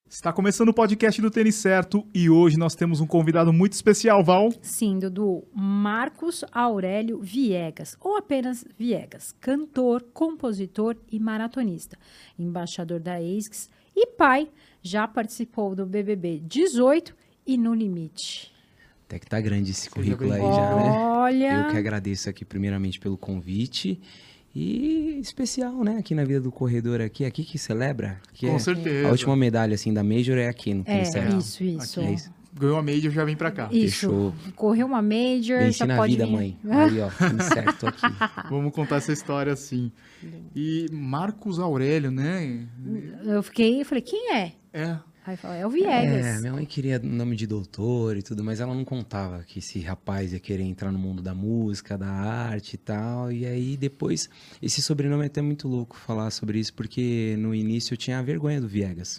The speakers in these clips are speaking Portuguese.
Está começando o podcast do Tênis Certo e hoje nós temos um convidado muito especial, Val. Sim, Dudu. Marcos Aurélio Viegas, ou apenas Viegas, cantor, compositor e maratonista, embaixador da ASICS e pai, já participou do BBB 18 e No Limite. Até que tá grande esse currículo aí já, né? Olha! Eu que agradeço aqui primeiramente pelo convite. E especial, né? Aqui na vida do corredor aqui que celebra. Que Com certeza. A última medalha, assim, da Major é aqui no Tênis Certo. Isso. É isso. Ganhou a Major, já vem pra cá. Isso. Fechou. Correu uma Major, Venci já na pode vida, vir. mãe. Aí, ó, Tênis Certo aqui. Vamos contar essa história assim. E Marcos Aurélio, né? Eu falei, quem é? É. Aí falou, é o Viegas. Minha mãe queria nome de doutor e tudo, mas ela não contava que esse rapaz ia querer entrar no mundo da música, da arte e tal. E aí depois, esse sobrenome é até muito louco falar sobre isso, porque no início eu tinha vergonha do Viegas.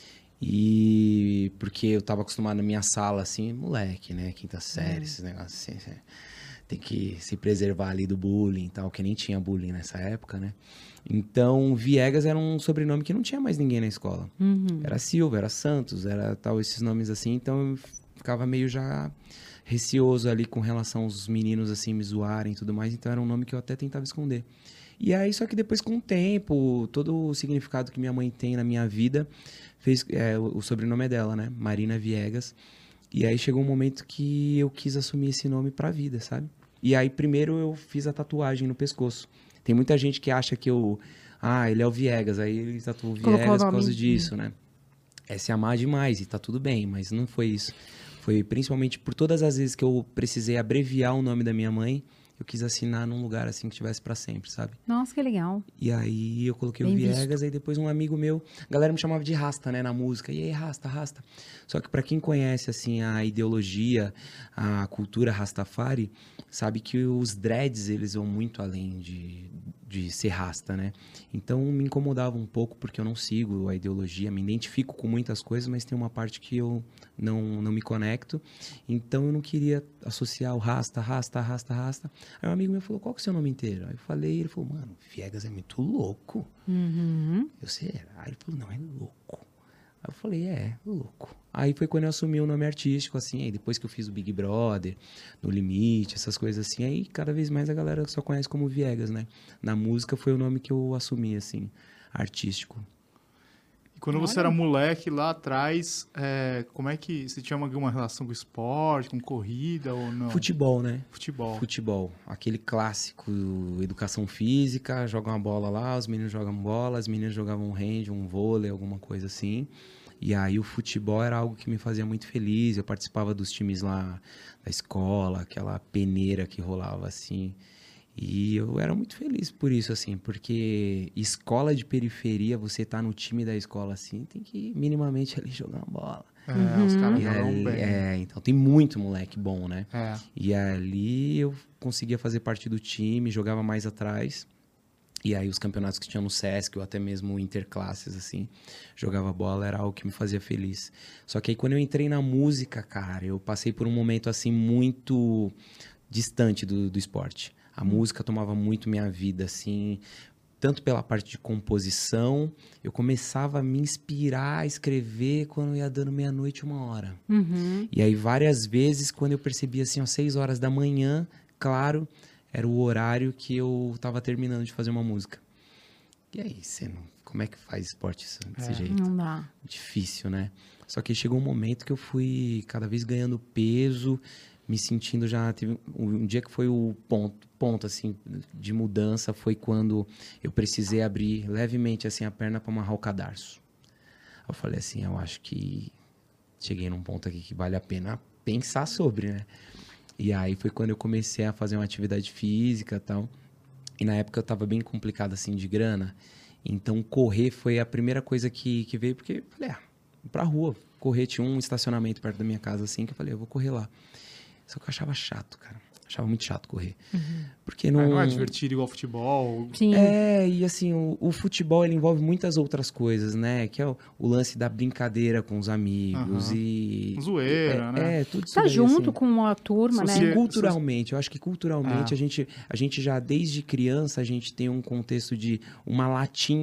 E porque eu tava acostumado na minha sala, assim, moleque, né? Quinta série, esses negócios assim. Tem que se preservar ali do bullying e tal, que nem tinha bullying nessa época, né? Então, Viegas era um sobrenome que não tinha mais ninguém na escola. Era Silva, era Santos, era tal, esses nomes assim. Então, eu ficava meio já receoso ali com relação aos meninos, assim, me zoarem e tudo mais. Então, era um nome que eu até tentava esconder. E aí, só que depois, com o tempo, todo o significado que minha mãe tem na minha vida, fez o sobrenome é dela, né? Marina Viegas. E aí, chegou um momento que eu quis assumir esse nome pra vida, sabe? E aí, primeiro, eu fiz a tatuagem no pescoço. Tem muita gente que acha que ele é o Viegas, aí ele tatuou Viegas por causa disso, né? É se amar demais e tá tudo bem, mas não foi isso. Foi principalmente por todas as vezes que eu precisei abreviar o nome da minha mãe, eu quis assinar num lugar assim que tivesse pra sempre, sabe? Nossa, que legal. E aí eu coloquei Bem o Viegas, visto. aí depois um amigo meu, a galera me chamava de Rasta, né, na música. E aí, Rasta, Rasta. Só que pra quem conhece, assim, a ideologia, a cultura Rastafari, sabe que os dreads, eles vão muito além de ser Rasta, né? Então me incomodava um pouco, porque eu não sigo a ideologia, me identifico com muitas coisas, mas tem uma parte que eu não me conecto. Então eu não queria associar o Rasta. Aí um amigo meu falou, qual que é o seu nome inteiro? Aí eu falei, ele falou, mano, Viegas é muito louco. Eu, será? Aí ele falou, não, é louco. Aí eu falei, louco. Aí foi quando eu assumi o nome artístico, assim, aí depois que eu fiz o Big Brother, No Limite, essas coisas assim, aí cada vez mais a galera só conhece como Viegas, né? Na música foi o nome que eu assumi, assim, artístico. E quando você era moleque lá atrás, como é que você tinha alguma relação com esporte, com corrida ou não? Futebol, né? Futebol. Aquele clássico, educação física, joga uma bola lá, os meninos jogam bola, as meninas jogavam um hand, um vôlei, alguma coisa assim. E aí o futebol era algo que me fazia muito feliz, eu participava dos times lá da escola, aquela peneira que rolava assim. E eu era muito feliz por isso, assim, porque escola de periferia, você tá no time da escola assim, tem que minimamente ali jogar uma bola. Os caras E jogam ali, bem. então tem muito moleque bom, né? É. E ali eu conseguia fazer parte do time, jogava mais atrás. E aí os campeonatos que tinha no Sesc, ou até mesmo interclasses, assim, jogava bola, era algo que me fazia feliz. Só que aí quando eu entrei na música, cara, eu passei por um momento, assim, muito distante do esporte. A música tomava muito minha vida, assim, tanto pela parte de composição, eu começava a me inspirar a escrever quando ia dando meia-noite, 1h. E aí várias vezes, quando eu percebia, assim, às 6 horas da manhã, claro, era o horário que eu tava terminando de fazer uma música. E aí, como é que faz esporte desse jeito? Não dá. Difícil, né? Só que chegou um momento que eu fui cada vez ganhando peso, me sentindo já... Teve um dia que foi o ponto assim, de mudança, foi quando eu precisei abrir levemente assim, a perna para amarrar o cadarço. Eu falei assim, eu acho que cheguei num ponto aqui que vale a pena pensar sobre, né? E aí foi quando eu comecei a fazer uma atividade física e tal. E na época eu tava bem complicado assim de grana. Então correr foi a primeira coisa que veio, porque eu falei, vou pra rua. Correr, tinha um estacionamento perto da minha casa assim, que eu falei, eu vou correr lá. Só que eu achava chato, cara. Achava muito chato correr. Porque Não é divertido igual futebol. Sim. E assim, o futebol ele envolve muitas outras coisas, né? Que é o lance da brincadeira com os amigos e... Zoeira, né? Tudo isso Tá daí, junto assim. com a turma, né? Culturalmente, eu acho que culturalmente a gente já desde criança a gente tem um contexto de uma latinha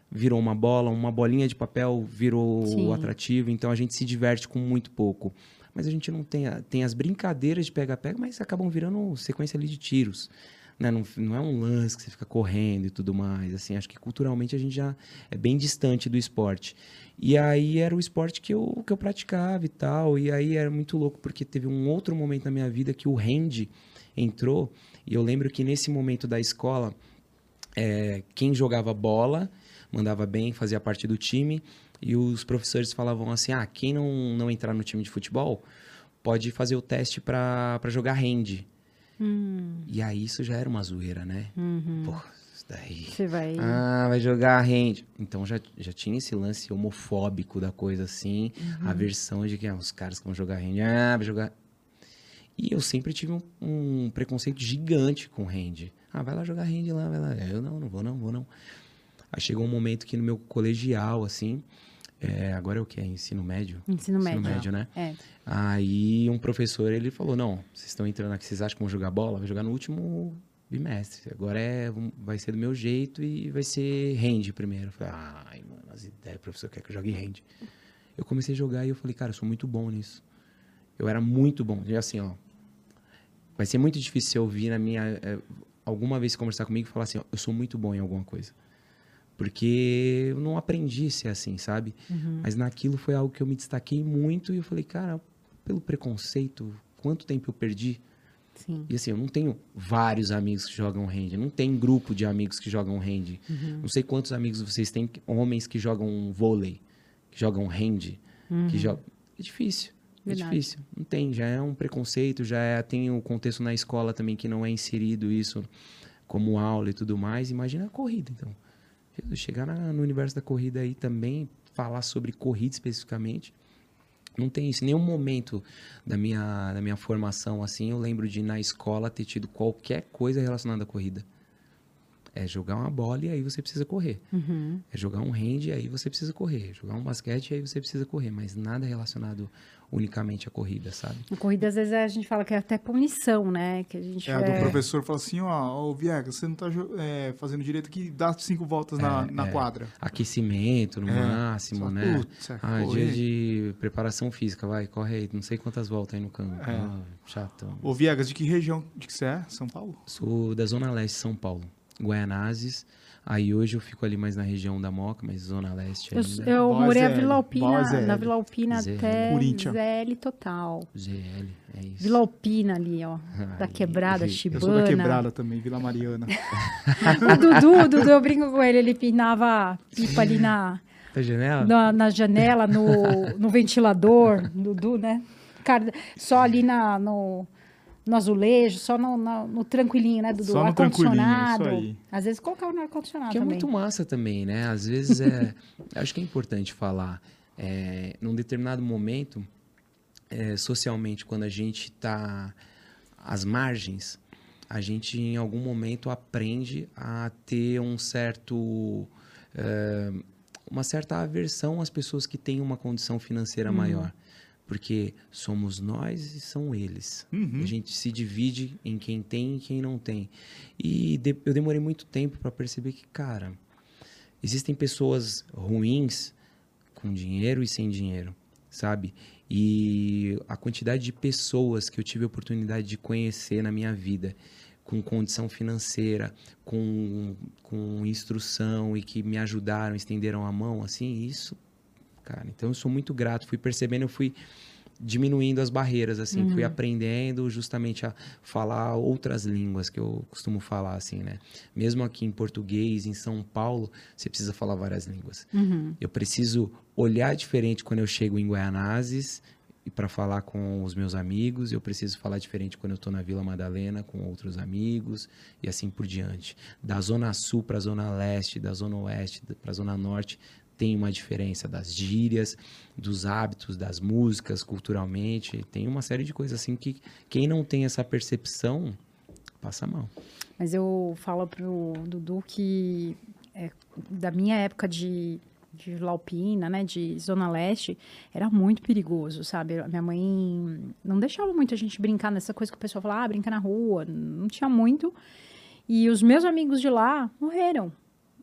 virou uma bola, uma bolinha de papel virou Sim. atrativo, então a gente se diverte com muito pouco. Mas a gente não tem as brincadeiras de pega-pega, mas acabam virando sequência ali de tiros. Né? Não é um lance que você fica correndo e tudo mais. Assim, acho que culturalmente a gente já é bem distante do esporte. E aí era o esporte que eu praticava e tal. E aí era muito louco, porque teve um outro momento na minha vida que o hand entrou. E eu lembro que nesse momento da escola, quem jogava bola mandava bem, fazia parte do time. E os professores falavam assim, quem não entrar no time de futebol pode fazer o teste para jogar hand. E aí isso já era uma zoeira, né? Pô, isso daí... Você vai... vai jogar hand. Então já tinha esse lance homofóbico da coisa assim, a versão de que os caras que vão jogar hand, vai jogar... E eu sempre tive um preconceito gigante com hand. Vai lá jogar hand lá, vai lá. Eu não vou não. Aí chegou um momento que no meu colegial, assim... agora é o que? Ensino médio? Ensino médio, né? É. Aí um professor, ele falou, não, vocês estão entrando aqui, vocês acham que vão jogar bola? Vai jogar no último bimestre. Agora vai ser do meu jeito e vai ser hand primeiro. Eu falei, mano, as ideias, o professor quer que eu jogue hand. Eu comecei a jogar e eu falei, cara, eu sou muito bom nisso. Eu era muito bom. E assim, vai ser muito difícil se eu ouvir alguma vez conversar comigo e falar assim, eu sou muito bom em alguma coisa. Porque eu não aprendi a ser assim, sabe? Mas naquilo foi algo que eu me destaquei muito e eu falei, cara, pelo preconceito, quanto tempo eu perdi? Sim. E assim, eu não tenho vários amigos que jogam hand, não tem grupo de amigos que jogam hand. Não sei quantos amigos vocês têm, homens que jogam vôlei, que jogam hand, que jogam... É difícil. Verdade. É difícil. Não tem, já é um preconceito, tem o contexto na escola também que não é inserido isso como aula e tudo mais. Imagina a corrida, então. Chegar no universo da corrida aí também, falar sobre corrida especificamente, não tem isso. Em nenhum momento da minha formação, assim, eu lembro de, na escola, ter tido qualquer coisa relacionada à corrida. É jogar uma bola e aí você precisa correr. É jogar um hand e aí você precisa correr. Jogar um basquete e aí você precisa correr. Mas nada relacionado unicamente à corrida, sabe? A corrida, às vezes, a gente fala que é até punição, né? Que a gente A do professor fala assim, ô Viegas, você não tá fazendo direito aqui, dá 5 voltas na quadra. Aquecimento, no máximo, né? Putz, dia de preparação física, vai, corre aí, não sei quantas voltas aí no campo. Chatão. Ô Viegas, de que região que você é? São Paulo? Sou da Zona Leste de São Paulo, Guaianazes. Aí hoje eu fico ali mais na região da Moca, mas Zona Leste ainda. Eu morei na Vila ZL. na Vila Alpina ZL. até Corinthians. ZL total. ZL, é isso. Vila Alpina ali, ó. Da quebrada, eu Chibana. Eu sou da Quebrada também, Vila Mariana. O Dudu, eu brinco com ele pinava pipa ali Da janela? na janela, no ventilador, Dudu, né? Cara, só ali no azulejo, só no tranquilinho, né, Dudu? Só no tranquilinho, ar-condicionado. isso aí. Às vezes colocava no ar-condicionado Que é também. muito massa também, né? Às vezes acho que é importante falar. Num determinado momento, socialmente, quando a gente está às margens, a gente em algum momento aprende a ter uma certa aversão às pessoas que têm uma condição financeira maior. Porque somos nós e são eles. A gente se divide em quem tem e quem não tem. E eu demorei muito tempo para perceber que, cara, existem pessoas ruins com dinheiro e sem dinheiro, sabe? E a quantidade de pessoas que eu tive a oportunidade de conhecer na minha vida, com condição financeira, com instrução e que me ajudaram, estenderam a mão, assim, isso... Cara, então eu sou muito grato, fui percebendo, eu fui diminuindo as barreiras, assim, fui aprendendo justamente a falar outras línguas que eu costumo falar, assim, né? Mesmo aqui em português, em São Paulo, você precisa falar várias línguas. Eu preciso olhar diferente quando eu chego em Guaianazes e para falar com os meus amigos, eu preciso falar diferente quando eu estou na Vila Madalena com outros amigos e assim por diante. Da Zona Sul para a Zona Leste, da Zona Oeste para a Zona Norte, tem uma diferença das gírias, dos hábitos, das músicas, culturalmente. Tem uma série de coisas assim que quem não tem essa percepção passa mal. Mas eu falo pro Dudu que da minha época de Vila Alpina, né, de Zona Leste, era muito perigoso, sabe? A minha mãe não deixava muito a gente brincar nessa coisa que o pessoal fala, brinca na rua, não tinha muito. E os meus amigos de lá morreram.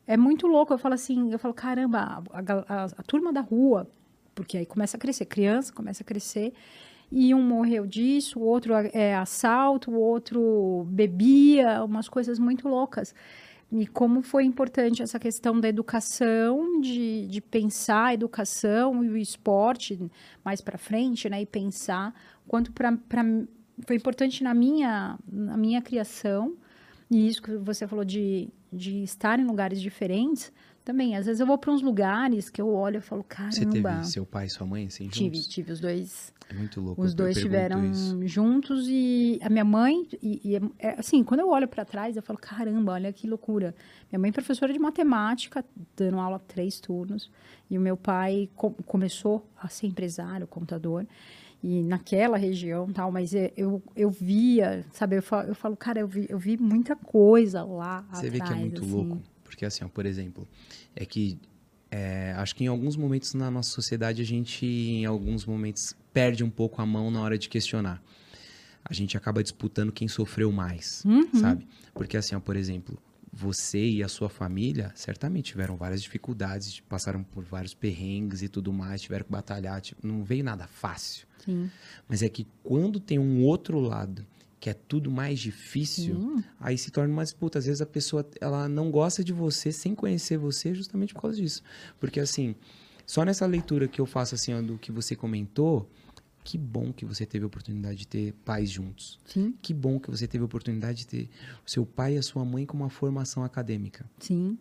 é muito louco. Eu falo, caramba, a turma da rua, porque aí começa a crescer, criança começa a crescer, e um morreu disso, o outro é assalto, o outro bebia, umas coisas muito loucas. E como foi importante essa questão da educação, de pensar a educação e o esporte mais para frente, né? E pensar quanto foi importante na minha criação. E isso que você falou de estar em lugares diferentes, também. Às vezes eu vou para uns lugares que eu olho e falo, caramba. Você teve seu pai e sua mãe assim juntos? Tive os dois. É muito louco. Os dois estiveram juntos e a minha mãe, assim, quando eu olho para trás, eu falo, caramba, olha que loucura. Minha mãe é professora de matemática, dando aula 3 turnos, e o meu pai começou a ser empresário, contador, e naquela região tal, mas eu via, sabe, eu falo, cara, eu vi muita coisa lá atrás. Você vê que é muito assim. louco, porque assim, ó, por exemplo, é que acho que em alguns momentos na nossa sociedade a gente, em alguns momentos, perde um pouco a mão na hora de questionar. A gente acaba disputando quem sofreu mais, sabe? Porque assim, ó, por exemplo, você e a sua família certamente tiveram várias dificuldades, passaram por vários perrengues e tudo mais, tiveram que batalhar, não veio nada fácil. Sim. Mas é que quando tem um outro lado, que é tudo mais difícil, aí se torna uma disputa. Às vezes a pessoa ela não gosta de você sem conhecer você justamente por causa disso. Porque assim, só nessa leitura que eu faço assim, ó, do que você comentou, que bom que você teve a oportunidade de ter pais juntos. Sim. Que bom que você teve a oportunidade de ter o seu pai e a sua mãe com uma formação acadêmica. Sim.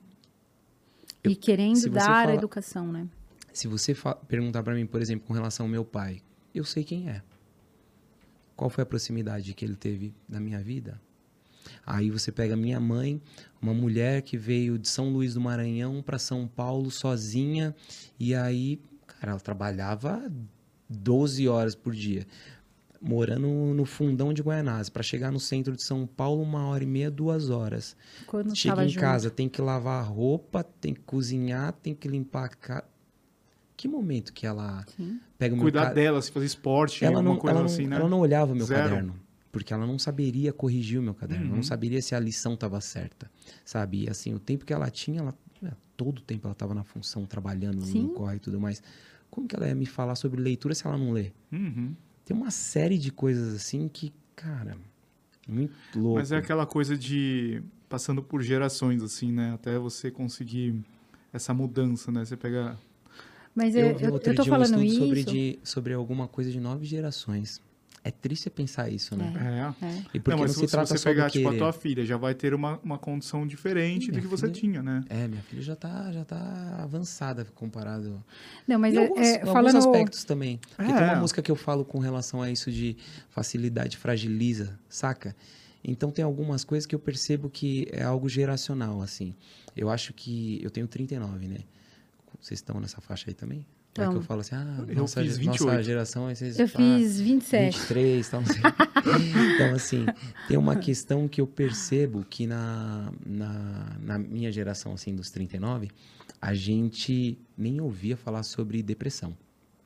E querendo dar a educação, né? Se você perguntar para mim, por exemplo, com relação ao meu pai, eu sei quem é. Qual foi a proximidade que ele teve na minha vida? Aí você pega minha mãe, uma mulher que veio de São Luís do Maranhão para São Paulo sozinha, e aí, cara, ela trabalhava 12 horas por dia, morando no fundão de Guaianazes, para chegar no centro de São Paulo 1h30, 2 horas. Quando chega em casa, tem que lavar a roupa, tem que cozinhar, tem que limpar a casa. Que momento que ela pega o meu Cuidar dela, se fazer esporte, alguma coisa assim, né? Ela não olhava o meu Zero. caderno, porque ela não saberia corrigir o meu caderno, ela não saberia se a lição estava certa, sabe? E assim, o tempo que ela tinha, todo o tempo ela estava na função, trabalhando, no corre e tudo mais. Como que ela ia me falar sobre leitura se ela não lê? Tem uma série de coisas assim que, cara, muito louco. Mas é aquela coisa de passando por gerações, assim, né? Até você conseguir essa mudança, né? Você pega... Mas eu tô falando isso... sobre alguma coisa de 9 gerações. É triste pensar isso, né? E porque não, mas não se trata se você só pegar, do tipo, a tua filha, já vai ter uma condição diferente do que você tinha, né? Minha filha já tá avançada comparado... Não, mas alguns aspectos também. Porque tem uma música que eu falo com relação a isso de facilidade fragiliza, saca? Então tem algumas coisas que eu percebo que é algo geracional, assim. Eu acho que... Eu tenho 39, né? Vocês estão nessa faixa aí também? Então, é que eu falo assim, nossa geração... Eu fiz 27. 23, tal, não sei. Então, assim, tem uma questão que eu percebo que na minha geração, assim, dos 39, a gente nem ouvia falar sobre depressão.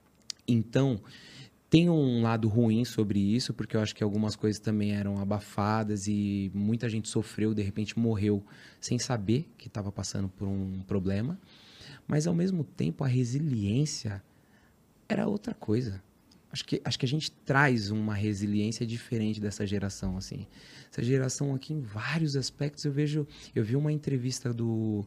Então, tem um lado ruim sobre isso, porque eu acho que algumas coisas também eram abafadas e muita gente sofreu, de repente morreu sem saber que estava passando por um problema. Mas, ao mesmo tempo, a resiliência era outra coisa. Acho que a gente traz uma resiliência diferente dessa geração, assim. Essa geração aqui, em vários aspectos, eu vi uma entrevista do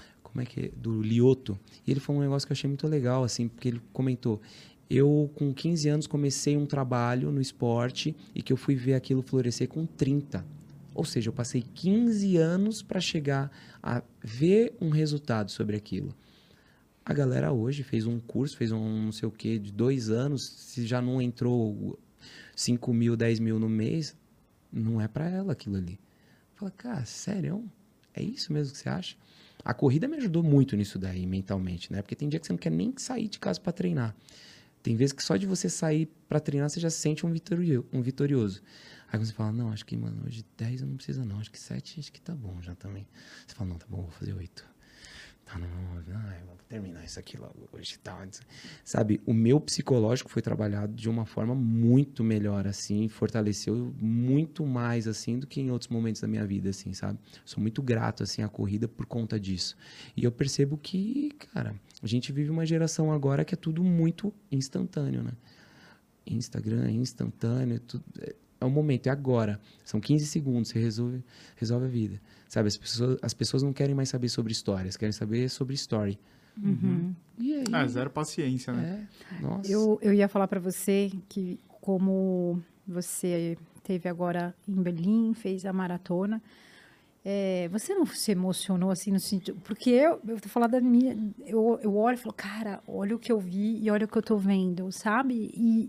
Lioto, e ele falou um negócio que eu achei muito legal, assim, porque ele comentou, eu, com 15 anos, comecei um trabalho no esporte e que eu fui ver aquilo florescer com 30. Ou seja, eu passei 15 anos para chegar a ver um resultado sobre aquilo. A galera hoje fez um curso, fez um não sei o quê, de 2 anos, se já não entrou 5 mil, 10 mil no mês, não é para ela aquilo ali. Fala, cara, sério? É isso mesmo que você acha? A corrida me ajudou muito nisso daí, mentalmente, né? Porque tem dia que você não quer nem sair de casa para treinar. Tem vezes que só de você sair para treinar, você já se sente um vitorioso. Aí você fala, não, acho que, mano, hoje 10 eu não precisa não, acho que 7 acho que tá bom já também. Você fala, não, tá bom, vou fazer 8. Tá, não, eu vou terminar isso aqui logo hoje e tal. Sabe, o meu psicológico foi trabalhado de uma forma muito melhor, assim, fortaleceu muito mais, assim, do que em outros momentos da minha vida, assim, sabe? Sou muito grato, assim, à corrida por conta disso. E eu percebo que, cara, a gente vive uma geração agora que é tudo muito instantâneo, né? Instagram, instantâneo, tudo, é o momento, é agora. São 15 segundos, você resolve a vida. Sabe, as pessoas não querem mais saber sobre histórias, querem saber sobre story. E aí? Zero paciência, né? Nossa. Eu ia falar para você que como você teve agora em Berlim, fez a maratona, você não se emocionou assim no sentido... Porque eu tô falando da minha... Eu olho e falo, cara, olha o que eu vi e olha o que eu tô vendo, sabe? E...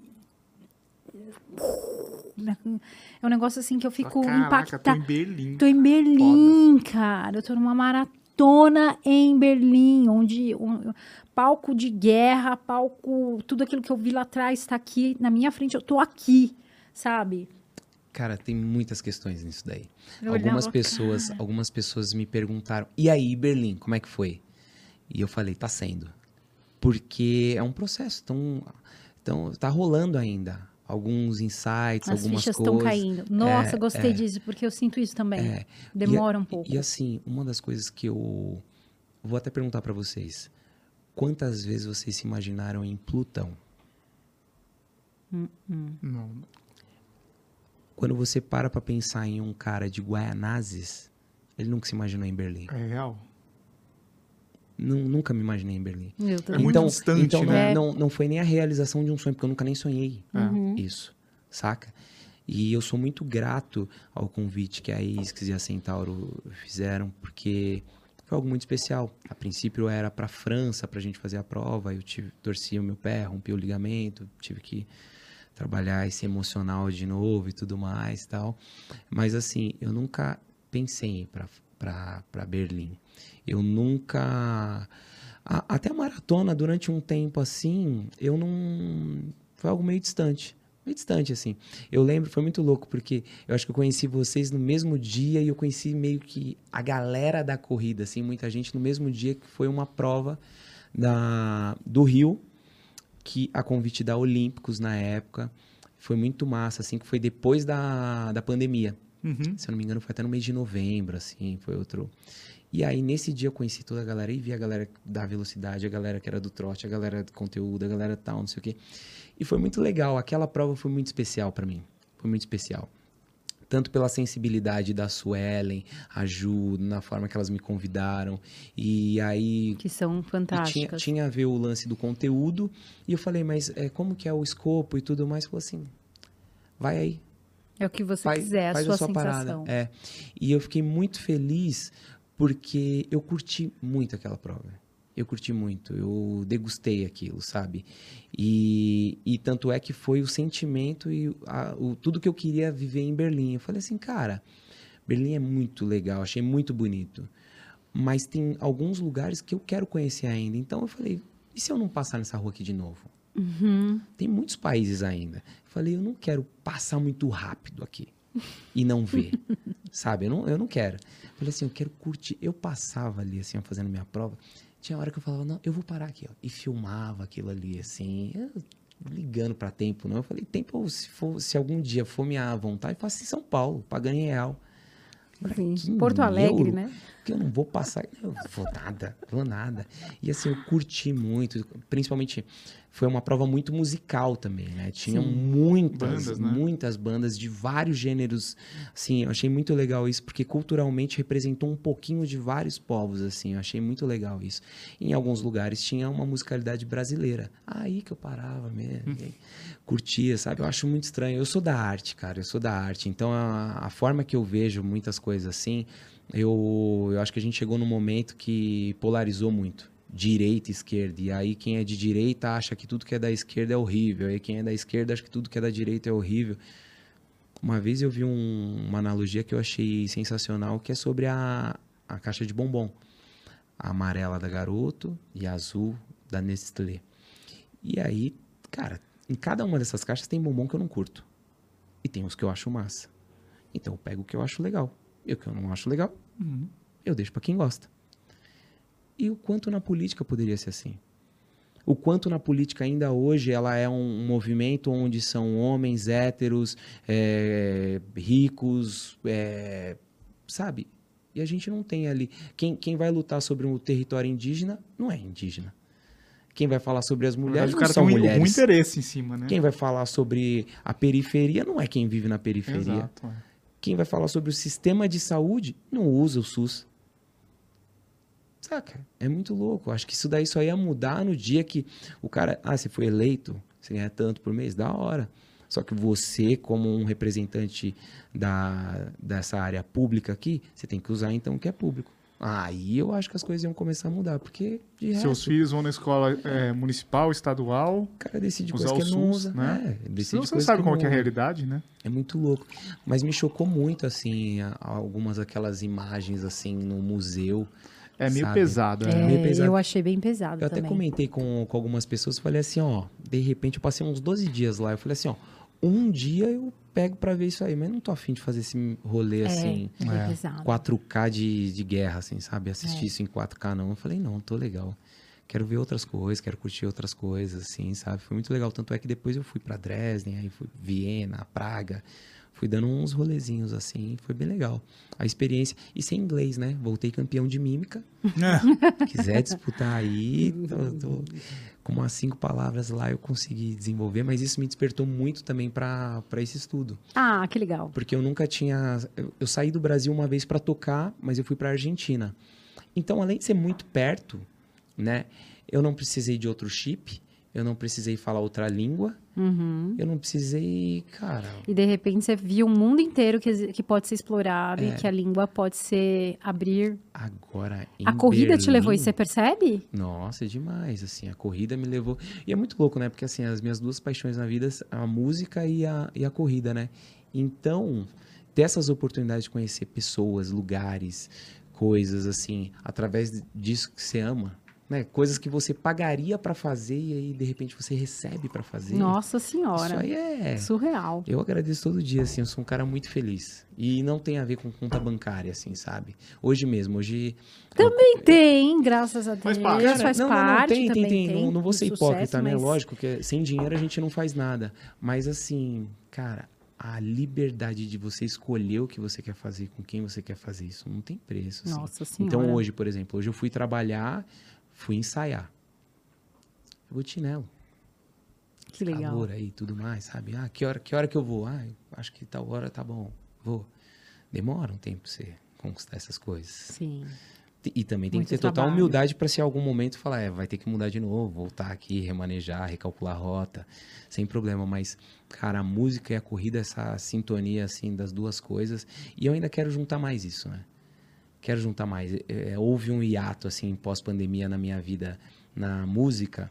É um negócio assim que eu fico Caraca, tô impactada. em Berlim. Tô em Berlim, cara. Eu tô numa maratona em Berlim, onde palco de guerra, palco, tudo aquilo que eu vi lá atrás está aqui na minha frente. Eu tô aqui, sabe? Cara, tem muitas questões nisso daí. Eu Algumas olhava, pessoas me perguntaram: "E aí, Berlim, como é que foi?" E eu falei: "Tá sendo". Porque é um processo, então tá rolando ainda. Alguns insights, as algumas fichas coisas. estão caindo. Nossa, gostei disso, porque eu sinto isso também. Demora um pouco. E assim, uma das coisas que eu vou até perguntar pra vocês: quantas vezes vocês se imaginaram em Plutão? Não. Quando você para pra pensar em um cara de Guaianazes, ele nunca se imaginou em Berlim. É real? Nunca me imaginei em Berlim. Eu É também. muito distante, então né? não foi nem a realização de um sonho, porque eu nunca nem sonhei isso, saca? E eu sou muito grato ao convite que a Isques e a Centauro fizeram, porque foi algo muito especial. A princípio era pra França, pra gente fazer a prova, eu torci o meu pé, rompi o ligamento, tive que trabalhar esse emocional de novo e tudo mais e tal. Mas assim, eu nunca pensei em ir pra Berlim. Eu nunca... Até a maratona, durante um tempo assim, eu não... Foi algo meio distante. Meio distante, assim. Eu lembro, foi muito louco, porque eu acho que eu conheci vocês no mesmo dia e eu conheci meio que a galera da corrida, assim, muita gente no mesmo dia, que foi uma prova do Rio, que a convite da Olímpicos na época. Foi muito massa, assim, que foi depois da pandemia. Se eu não me engano, foi até no mês de novembro, assim, foi outro... E aí, nesse dia, eu conheci toda a galera e vi a galera da velocidade, a galera que era do trote, a galera do conteúdo, a galera tal, não sei o quê. E foi muito legal. Aquela prova foi muito especial pra mim. Foi muito especial. Tanto pela sensibilidade da Suelen, a Ju, na forma que elas me convidaram. E aí... Que são fantásticas. Tinha a ver o lance do conteúdo. E eu falei, mas como que é o escopo e tudo mais? Falou assim, vai aí. É o que você quiser, a faz sua sua sensação. parada. E eu fiquei muito feliz porque eu curti muito aquela prova. Eu curti muito, eu degustei aquilo, sabe? E tanto é que foi o sentimento e tudo que eu queria viver em Berlim. Eu falei assim, cara, Berlim é muito legal, achei muito bonito. Mas tem alguns lugares que eu quero conhecer ainda. Então eu falei, e se eu não passar nessa rua aqui de novo? Tem muitos países ainda. Eu falei, eu não quero passar muito rápido aqui e não ver, sabe? Eu não quero. Eu falei assim, eu quero curtir. Eu passava ali, assim, fazendo minha prova. Tinha hora que eu falava, não, eu vou parar aqui, ó. E filmava aquilo ali, assim, ligando pra tempo, não. Eu falei, tempo, se algum dia for minha vontade, faço em São Paulo, pagando em real. Sim. Porto Alegre, né? Que eu não vou passar, eu vou nada. E assim, eu curti muito, principalmente foi uma prova muito musical também, né? Tinha muitas bandas de vários gêneros. Assim, eu achei muito legal isso, porque culturalmente representou um pouquinho de vários povos, assim. Eu achei muito legal isso. Em alguns lugares tinha uma musicalidade brasileira. Aí que eu parava mesmo, curtia, sabe? Eu acho muito estranho. Eu sou da arte, cara, eu sou da arte. Então, a forma que eu vejo muitas coisas assim, eu acho que a gente chegou num momento que polarizou muito. Direita e esquerda. E aí quem é de direita acha que tudo que é da esquerda é horrível. E quem é da esquerda acha que tudo que é da direita é horrível. Uma vez eu vi uma analogia que eu achei sensacional, que é sobre a caixa de bombom. A amarela da Garoto e a azul da Nestlé. E aí, cara, em cada uma dessas caixas tem bombom que eu não curto. E tem os que eu acho massa. Então eu pego o que eu acho legal. E o que eu não acho legal, eu deixo pra quem gosta. E o quanto na política poderia ser assim? O quanto na política ainda hoje ela é um movimento onde são homens héteros, ricos, sabe? E a gente não tem ali. Quem vai lutar sobre o território indígena não é indígena. Quem vai falar sobre as mulheres O não cara são tem mulheres. algum interesse em cima, né? Quem vai falar sobre a periferia não é quem vive na periferia. Exato. Quem vai falar sobre o sistema de saúde não usa o SUS. Saca? É muito louco. Acho que isso daí só ia mudar no dia que o cara... você foi eleito, você ganha tanto por mês, da hora. Só que você, como um representante dessa área pública aqui, você tem que usar então o que é público. Aí eu acho que as coisas iam começar a mudar, porque de resto... Seus filhos vão na escola municipal, estadual... O cara decide usar coisa que o não SUS, usa. né? Decide Você não coisa sabe qual que é a não usa. realidade, né? É muito louco. Mas me chocou muito, assim, algumas daquelas imagens, assim, no museu. É meio sabe? pesado, né? meio pesado. Eu achei bem pesado Eu até também. comentei com algumas pessoas, falei assim, ó, de repente eu passei uns 12 dias lá, eu falei assim, ó, um dia eu pego pra ver isso aí, mas não tô afim de fazer esse rolê, assim, É bem pesado. 4K de guerra, assim, sabe? Assistir isso em 4K, não. Eu falei, não, tô legal. Quero ver outras coisas, quero curtir outras coisas, assim, sabe? Foi muito legal. Tanto é que depois eu fui pra Dresden, aí fui Viena, Praga. Fui dando uns rolezinhos, assim, foi bem legal. A experiência, e sem inglês, né? Voltei campeão de mímica. Quiser disputar aí, tô com umas 5 palavras lá eu consegui desenvolver, mas isso me despertou muito também para esse estudo. Ah, que legal. Porque eu nunca tinha... Eu saí do Brasil uma vez para tocar, mas eu fui para Argentina. Então, além de ser muito perto, né? Eu não precisei de outro chip, eu não precisei falar outra língua, eu não precisei, cara... E de repente você viu um mundo inteiro que pode ser explorado e que a língua pode ser abrir. Agora, em A corrida te levou Berlim, isso, você percebe? Nossa, é demais, assim, a corrida me levou... E é muito louco, né? Porque, assim, as minhas duas paixões na vida, a música e a corrida, né? Então, ter essas oportunidades de conhecer pessoas, lugares, coisas, assim, através disso que você ama, né? Coisas que você pagaria pra fazer e aí, de repente, você recebe pra fazer. Nossa Senhora. Isso aí é... Surreal. Eu agradeço todo dia, assim, eu sou um cara muito feliz. E não tem a ver com conta bancária, assim, sabe? Hoje mesmo, hoje... Também tem, graças a Deus. Faz parte. Cara, Faz não, parte, tem. também Não vou ser do sucesso, hipócrita, né? mas- Lógico que sem dinheiro a gente não faz nada. Mas assim, cara, a liberdade de você escolher o que você quer fazer, com quem você quer fazer isso, não tem preço. Assim. Nossa Senhora. Então hoje, por exemplo, hoje eu fui trabalhar, fui ensaiar. Eu vou de chinelo. Que legal. Calor aí, tudo mais, sabe? Que hora que eu vou? Acho que tal hora tá bom, vou. Demora um tempo pra você conquistar essas coisas. Sim. E também tem Muito que ter total trabalho. humildade para se em algum momento falar, vai ter que mudar de novo, voltar aqui, remanejar, recalcular a rota, sem problema. Mas, cara, a música e a corrida, essa sintonia, assim, das duas coisas. E eu ainda quero juntar mais isso, né? Quero juntar mais. Houve um hiato, assim, pós-pandemia na minha vida, na música,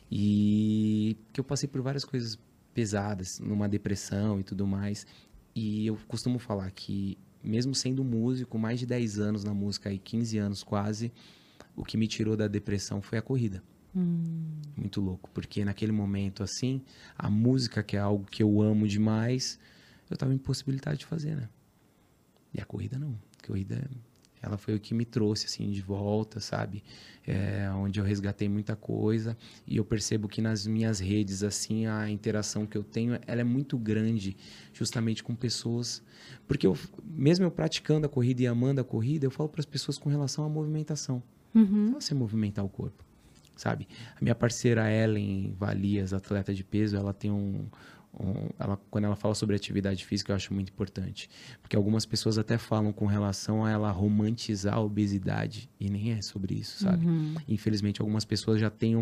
e que eu passei por várias coisas pesadas, numa depressão e tudo mais. E eu costumo falar que, mesmo sendo músico, mais de 10 anos na música, aí 15 anos quase, o que me tirou da depressão foi a corrida. Muito louco, porque naquele momento, assim, a música, que é algo que eu amo demais, eu tava impossibilitado de fazer, né? E a corrida não. A corrida, ela foi o que me trouxe, assim, de volta, sabe? Onde eu resgatei muita coisa e eu percebo que nas minhas redes, assim, a interação que eu tenho, ela é muito grande, justamente com pessoas. Porque mesmo eu praticando a corrida e amando a corrida, eu falo para as pessoas com relação à movimentação. Só você movimentar o corpo, sabe? A minha parceira Ellen Valias, atleta de peso, ela tem quando ela fala sobre atividade física, eu acho muito importante. Porque algumas pessoas até falam com relação a ela romantizar a obesidade. E nem é sobre isso, sabe? Infelizmente, algumas pessoas já têm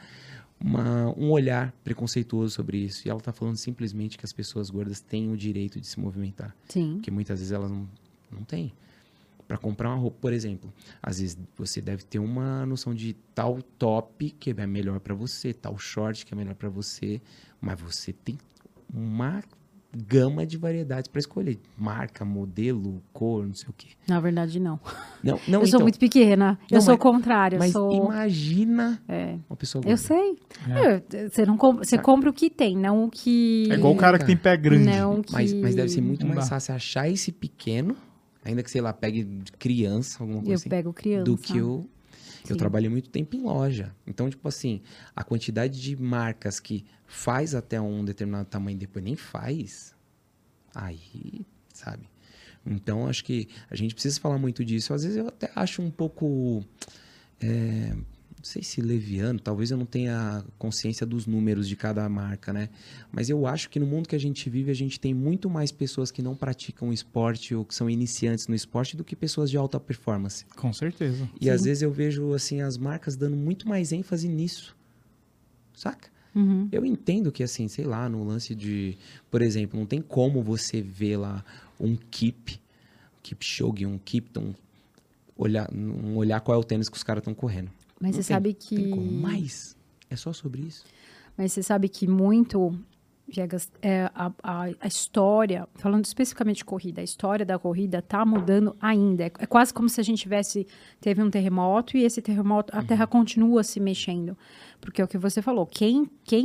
um olhar preconceituoso sobre isso. E ela está falando simplesmente que as pessoas gordas têm o direito de se movimentar. Sim. Porque muitas vezes elas não têm. Para comprar uma roupa, por exemplo, às vezes você deve ter uma noção de tal top que é melhor para você, tal short que é melhor para você, mas você tem uma gama de variedades para escolher, marca, modelo, cor, não sei o quê. Na verdade, não. Não, Eu sou então, muito pequena. Eu Não, sou o mas- contrário. Eu mas sou... imagina uma pessoa gorda. Eu sei. Você compra o que tem, não o que... É igual o cara que tem pé grande. Não que... Mas deve ser muito Não mais dá. fácil achar esse pequeno, ainda que, sei lá, pegue de criança, alguma coisa Eu assim, pego criança. do que o... Eu trabalhei muito tempo em loja. Então, tipo assim, a quantidade de marcas que faz até um determinado tamanho e depois nem faz, aí, sabe? Então, acho que a gente precisa falar muito disso. Às vezes eu até acho um pouco... não sei se leviano, talvez eu não tenha consciência dos números de cada marca, né? Mas eu acho que no mundo que a gente vive, a gente tem muito mais pessoas que não praticam esporte ou que são iniciantes no esporte do que pessoas de alta performance. Com certeza. E às vezes eu vejo, assim, as marcas dando muito mais ênfase nisso, saca? Eu entendo que, assim, sei lá, no lance de... Por exemplo, não tem como você ver lá um Kipchoge, um Kipton, olhar qual é o tênis que os caras estão correndo. Mas Não você sabe que... Tem como. Mas é só sobre isso. Mas você sabe que muito, Viegas, a história, falando especificamente de corrida, a história da corrida está mudando ainda. É quase como se a gente teve um terremoto e esse terremoto, a Terra continua se mexendo. Porque é o que você falou, quem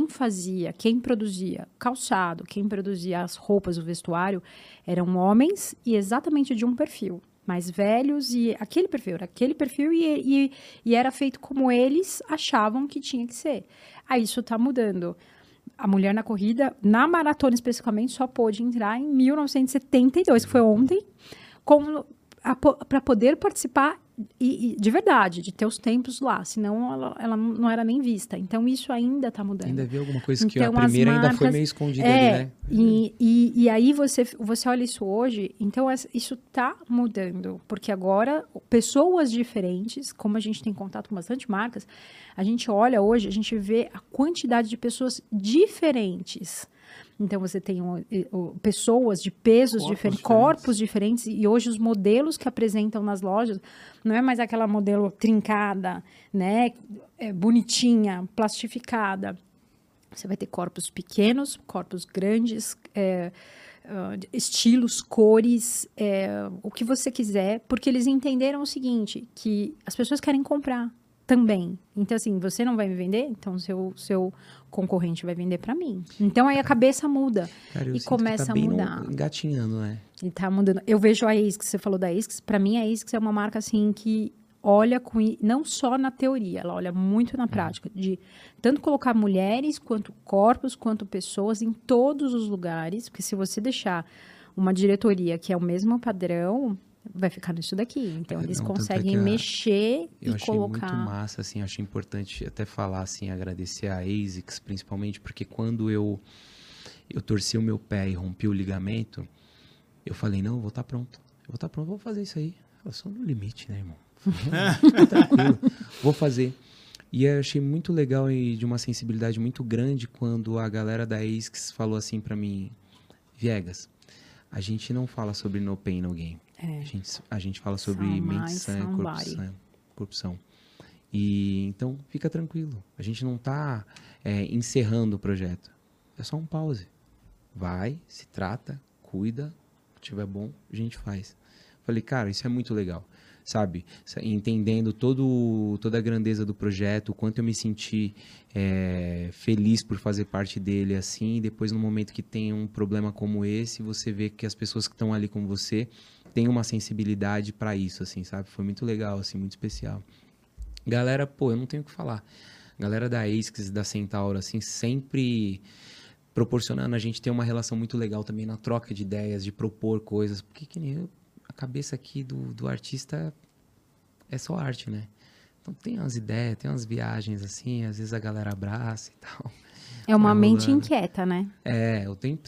produzia calçado, quem produzia as roupas, o vestuário, eram homens e exatamente de um perfil. Mais velhos e aquele perfil e era feito como eles achavam que tinha que ser. Aí isso está mudando. A mulher na corrida, na maratona especificamente, só pôde entrar em 1972, que foi ontem, para poder participar de verdade, de ter os tempos lá, senão ela não era nem vista. Então, isso ainda está mudando. Ainda havia alguma coisa que então, a primeira ainda foi meio escondida ali, né? E aí você olha isso hoje, então isso está mudando, porque agora pessoas diferentes, como a gente tem contato com bastante marcas, a gente olha hoje, a gente vê a quantidade de pessoas diferentes. Então, você tem pessoas de pesos diferentes, corpos diferentes, e hoje os modelos que apresentam nas lojas não é mais aquela modelo trincada, né, bonitinha, plastificada. Você vai ter corpos pequenos, corpos grandes, estilos, cores, o que você quiser, porque eles entenderam o seguinte, que as pessoas querem comprar também. Então, assim, você não vai me vender, então seu concorrente vai vender para mim. Então, aí a cabeça muda. Cara, eu e sinto começa que tá a mudar. Engatinhando, né? E tá mudando. Eu vejo a ASICS, você falou da ASICS, para mim a ASICS é uma marca, assim, que olha não só na teoria, ela olha muito na prática, de tanto colocar mulheres, quanto corpos, quanto pessoas em todos os lugares, porque se você deixar uma diretoria que é o mesmo padrão, vai ficar nisso daqui. Então, eles conseguem mexer e colocar... Eu achei muito massa, assim, achei importante até falar, assim, agradecer a ASICS, principalmente, porque quando eu torci o meu pé e rompi o ligamento, eu falei, não, eu vou estar pronto, vou fazer isso aí. Eu sou no limite, né, irmão? Tranquilo, vou fazer. E eu achei muito legal e de uma sensibilidade muito grande quando a galera da ASICS falou assim pra mim, Viegas, a gente não fala sobre no pain, no gain. A gente fala sobre mente sã e corrupção. E então, fica tranquilo. A gente não tá encerrando o projeto. É só um pause. Vai, se trata, cuida. Se tiver bom, a gente faz. Falei, cara, isso é muito legal. Sabe? Entendendo toda a grandeza do projeto, o quanto eu me senti feliz por fazer parte dele assim. E depois, no momento que tem um problema como esse, você vê que as pessoas que estão ali com você têm uma sensibilidade para isso, assim, sabe? Foi muito legal, assim, muito especial. Galera, pô, eu não tenho o que falar. Galera da ASICS, da Centauro, assim, sempre proporcionando a gente ter uma relação muito legal também na troca de ideias, de propor coisas. Porque que nem a cabeça aqui do artista é só arte, né? Então tem umas ideias, tem umas viagens assim, às vezes a galera abraça e tal. É uma mente inquieta, né? O tempo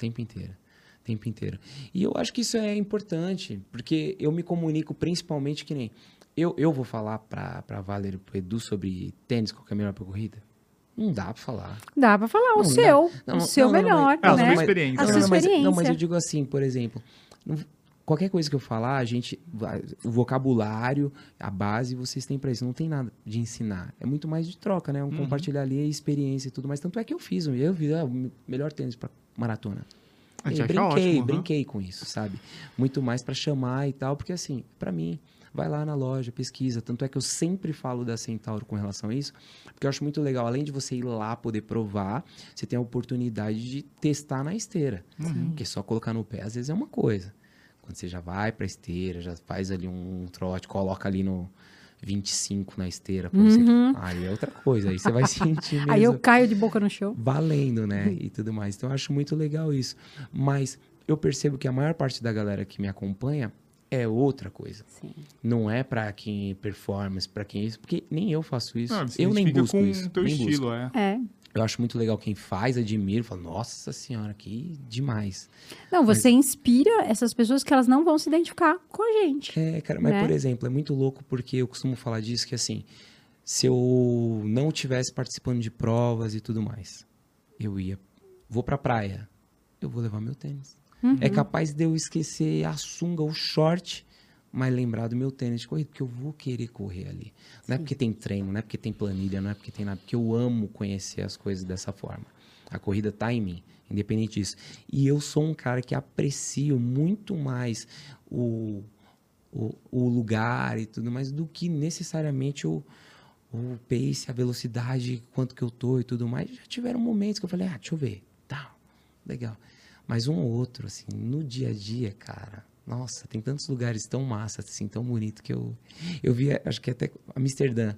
inteiro. E eu acho que isso é importante, porque eu me comunico principalmente que nem... Eu vou falar pra Valer e pro Edu sobre tênis, qual que é melhor pra corrida? Não dá pra falar. Dá pra falar, o seu melhor, né? A sua experiência. A sua experiência. Mas eu digo assim, por exemplo... Qualquer coisa que eu falar, o vocabulário, a base, vocês têm para isso. Não tem nada de ensinar. É muito mais de troca, né? Compartilhar ali a experiência e tudo mais. Tanto é que eu fiz o melhor tênis para maratona. Brinquei com isso, sabe? Muito mais para chamar e tal, porque assim, para mim, vai lá na loja, pesquisa. Tanto é que eu sempre falo da Centauro com relação a isso, porque eu acho muito legal. Além de você ir lá poder provar, você tem a oportunidade de testar na esteira. Porque só colocar no pé, às vezes, é uma coisa. Quando você já vai pra esteira, já faz ali um trote, coloca ali 25 na esteira pra você. Aí é outra coisa, aí você vai sentir mesmo. Aí eu caio de boca no chão. Valendo, né? E tudo mais. Então eu acho muito legal isso. Mas eu percebo que a maior parte da galera que me acompanha é outra coisa. Sim. Não é pra quem performance, pra quem isso, porque nem eu faço isso. Não, você Eu nem identifica busco com isso. o teu nem busco. estilo, É. Eu acho muito legal quem faz, admiro, falo, nossa senhora, que demais. Não, você inspira essas pessoas que elas não vão se identificar com a gente. É, cara, mas Né? por exemplo, é muito louco porque eu costumo falar disso, que assim, se eu não tivesse participando de provas e tudo mais, vou pra praia, eu vou levar meu tênis. É capaz de eu esquecer a sunga, o short, mas lembrar do meu tênis de corrida, porque eu vou querer correr ali. Não é porque tem treino, não é porque tem planilha, não é porque tem nada, porque eu amo conhecer as coisas dessa forma. A corrida tá em mim, independente disso. E eu sou um cara que aprecio muito mais o lugar e tudo mais do que necessariamente o pace, a velocidade, quanto que eu tô e tudo mais. Já tiveram momentos que eu falei, deixa eu ver, tá, legal. Mas um ou outro, assim, no dia a dia, cara, nossa, tem tantos lugares tão massa, assim, tão bonito que eu vi, acho que até Amsterdã,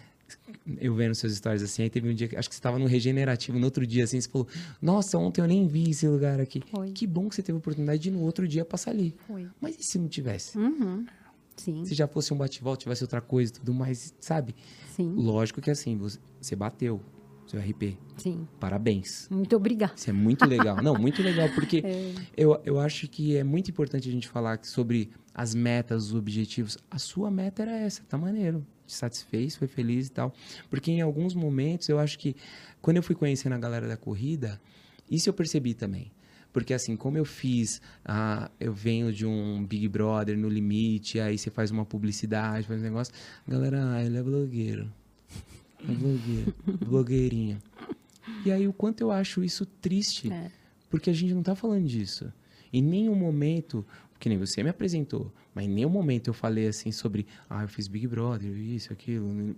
eu vendo seus stories assim, aí teve um dia, acho que você estava no Regenerativo, no outro dia, assim, você falou, nossa, ontem eu nem vi esse lugar aqui. Foi. Que bom que você teve a oportunidade de no outro dia passar ali. Foi. Mas e se não tivesse? Sim, Se já fosse um bate-volta, tivesse outra coisa e tudo mais, sabe? sim, Lógico que assim, você bateu seu RP. sim. Parabéns. Muito obrigada. Isso é muito legal. Não, muito legal, porque eu acho que é muito importante a gente falar sobre as metas, os objetivos. A sua meta era essa, tá maneiro. Te satisfez, foi feliz e tal. Porque em alguns momentos, eu acho que quando eu fui conhecendo a galera da corrida, isso eu percebi também. Porque assim, como eu fiz, eu venho de um Big Brother no limite, aí você faz uma publicidade, faz um negócio, a galera, ele é blogueiro. É blogueiro, blogueirinha. E aí o quanto eu acho isso triste, porque a gente não tá falando disso. Em nenhum momento, que nem você me apresentou, mas em nenhum momento eu falei assim sobre, eu fiz Big Brother, isso, aquilo.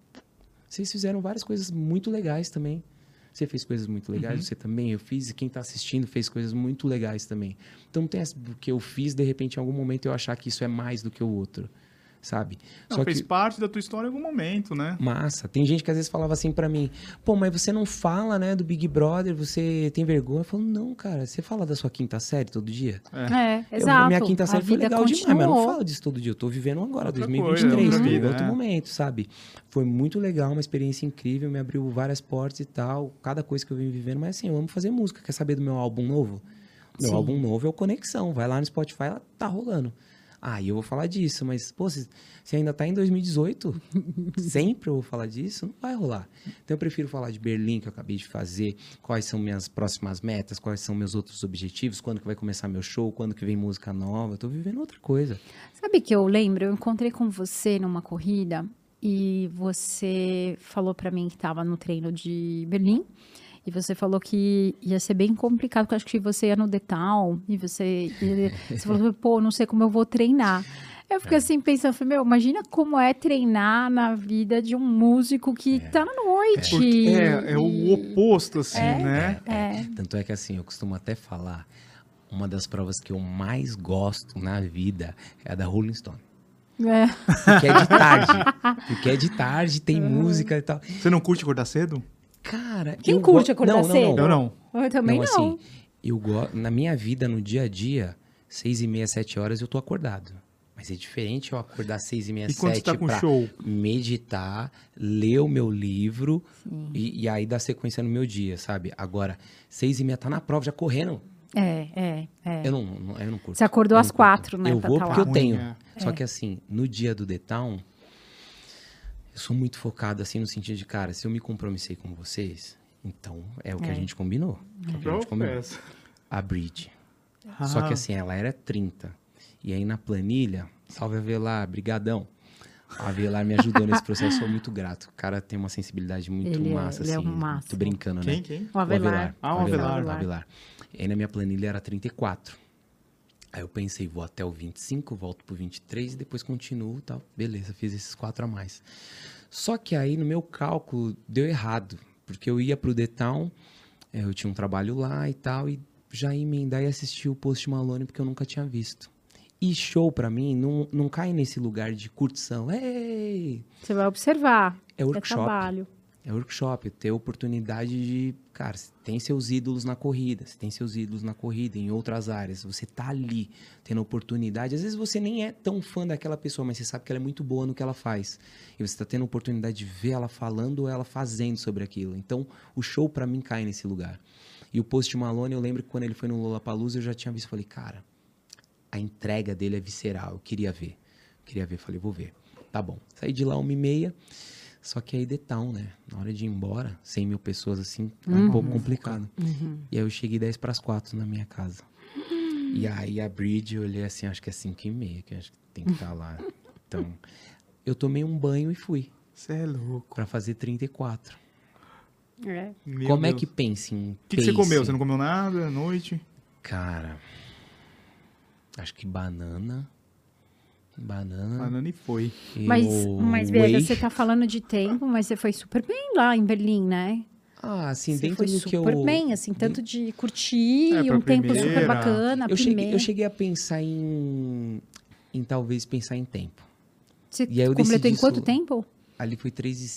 Vocês fizeram várias coisas muito legais também. Você fez coisas muito legais, você também, eu fiz, e quem tá assistindo fez coisas muito legais também. Então não tem essa do que eu fiz, de repente, em algum momento eu achar que isso é mais do que o outro, sabe? Não, fez parte da tua história em algum momento, né? Massa. Tem gente que às vezes falava assim pra mim, pô, mas você não fala, né, do Big Brother, você tem vergonha? Eu falo, não, cara, você fala da sua quinta série todo dia? Exato. Minha quinta série A foi vida legal demais, mas eu não continuou. falo disso todo dia. Eu tô vivendo agora, Outra 2023, coisa, tô em vida, outro momento, sabe? Foi muito legal, uma experiência incrível, me abriu várias portas e tal, cada coisa que eu vim vivendo, mas assim, eu amo fazer música. Quer saber do meu álbum novo? Meu álbum novo é o Conexão, vai lá no Spotify, ela tá rolando. E eu vou falar disso, mas, pô, se ainda tá em 2018, sempre eu vou falar disso, não vai rolar. Então eu prefiro falar de Berlim, que eu acabei de fazer, quais são minhas próximas metas, quais são meus outros objetivos, quando que vai começar meu show, quando que vem música nova, eu tô vivendo outra coisa. Sabe que eu lembro? Eu encontrei com você numa corrida e você falou pra mim que estava no treino de Berlim. E você falou que ia ser bem complicado, porque eu acho que você ia no The Town e você falou, pô, não sei como eu vou treinar. Eu fiquei assim pensando, falei, imagina como é treinar na vida de um músico que tá na noite. Porque é o oposto, assim, né? Tanto é que assim, eu costumo até falar, uma das provas que eu mais gosto na vida é a da Rolling Stone. Porque é de tarde. Porque é de tarde, tem música e tal. Você não curte acordar cedo? Cara, Quem curte acordar cedo? Eu não. Eu também não. Assim, na minha vida, no dia a dia, 6h30, 7 horas, eu tô acordado. Mas é diferente eu acordar 6h30, 7 pra show? Meditar, ler o meu livro e aí dar sequência no meu dia, sabe? Agora, 6h30 tá na prova, já correndo. Eu não curto. Você acordou às 4, né? Eu vou porque eu tenho. Ruim, Só que assim, no dia do The Town, eu sou muito focado assim no sentido de, cara, se eu me compromissei com vocês, então é o que a gente combinou. A Bridge. Só que assim, ela era 30. E aí na planilha, salve a Avelar, brigadão. A Avelar me ajudou nesse processo, sou muito grato. O cara tem uma sensibilidade muito massa, assim. Ele é um máximo. Tô brincando, né? Quem? O Avelar. O Avelar. E aí na minha planilha era 34. Aí eu pensei, vou até o 25, volto pro 23 e depois continuo e tal. Beleza, fiz esses 4 a mais. Só que aí no meu cálculo deu errado. Porque eu ia pro The Town, eu tinha um trabalho lá e tal, e já ia emendar e assistir o Post Malone porque eu nunca tinha visto. E show, pra mim, não cai nesse lugar de curtição. Ei! Você vai observar. É workshop. trabalho. É workshop, ter oportunidade de... Cara, você tem seus ídolos na corrida, você tem seus ídolos na corrida, em outras áreas. Você tá ali, tendo oportunidade. Às vezes você nem é tão fã daquela pessoa, mas você sabe que ela é muito boa no que ela faz. E você tá tendo oportunidade de ver ela falando ou ela fazendo sobre aquilo. Então, o show pra mim cai nesse lugar. E o Post Malone, eu lembro que quando ele foi no Lollapalooza, eu já tinha visto, falei, cara, a entrega dele é visceral, eu queria ver. Falei, vou ver. Tá bom. Saí de lá 1h30. Só que aí The Town, né? Na hora de ir embora, 100 mil pessoas assim, é um pouco complicado. E aí eu cheguei 3:50 na minha casa. E aí a Bridge, eu olhei assim, acho que é 5h30, que acho que tem que estar lá. Então, eu tomei um banho e fui. Você é louco. Pra fazer 34. É. Meu Como é Deus. que pensa em O que você pace? comeu? Você não comeu nada à noite? Cara, acho que banana. Banana e foi. E Mas whey. Viegas, você tá falando de tempo, mas você foi super bem lá em Berlim, né? Ah, assim, Você dentro foi do que eu... super bem, assim, tanto de curtir É, e pra um tempo primeira. super bacana. Eu cheguei a pensar em talvez pensar em tempo. Você E aí eu completou decidi em quanto isso- tempo? Ali foi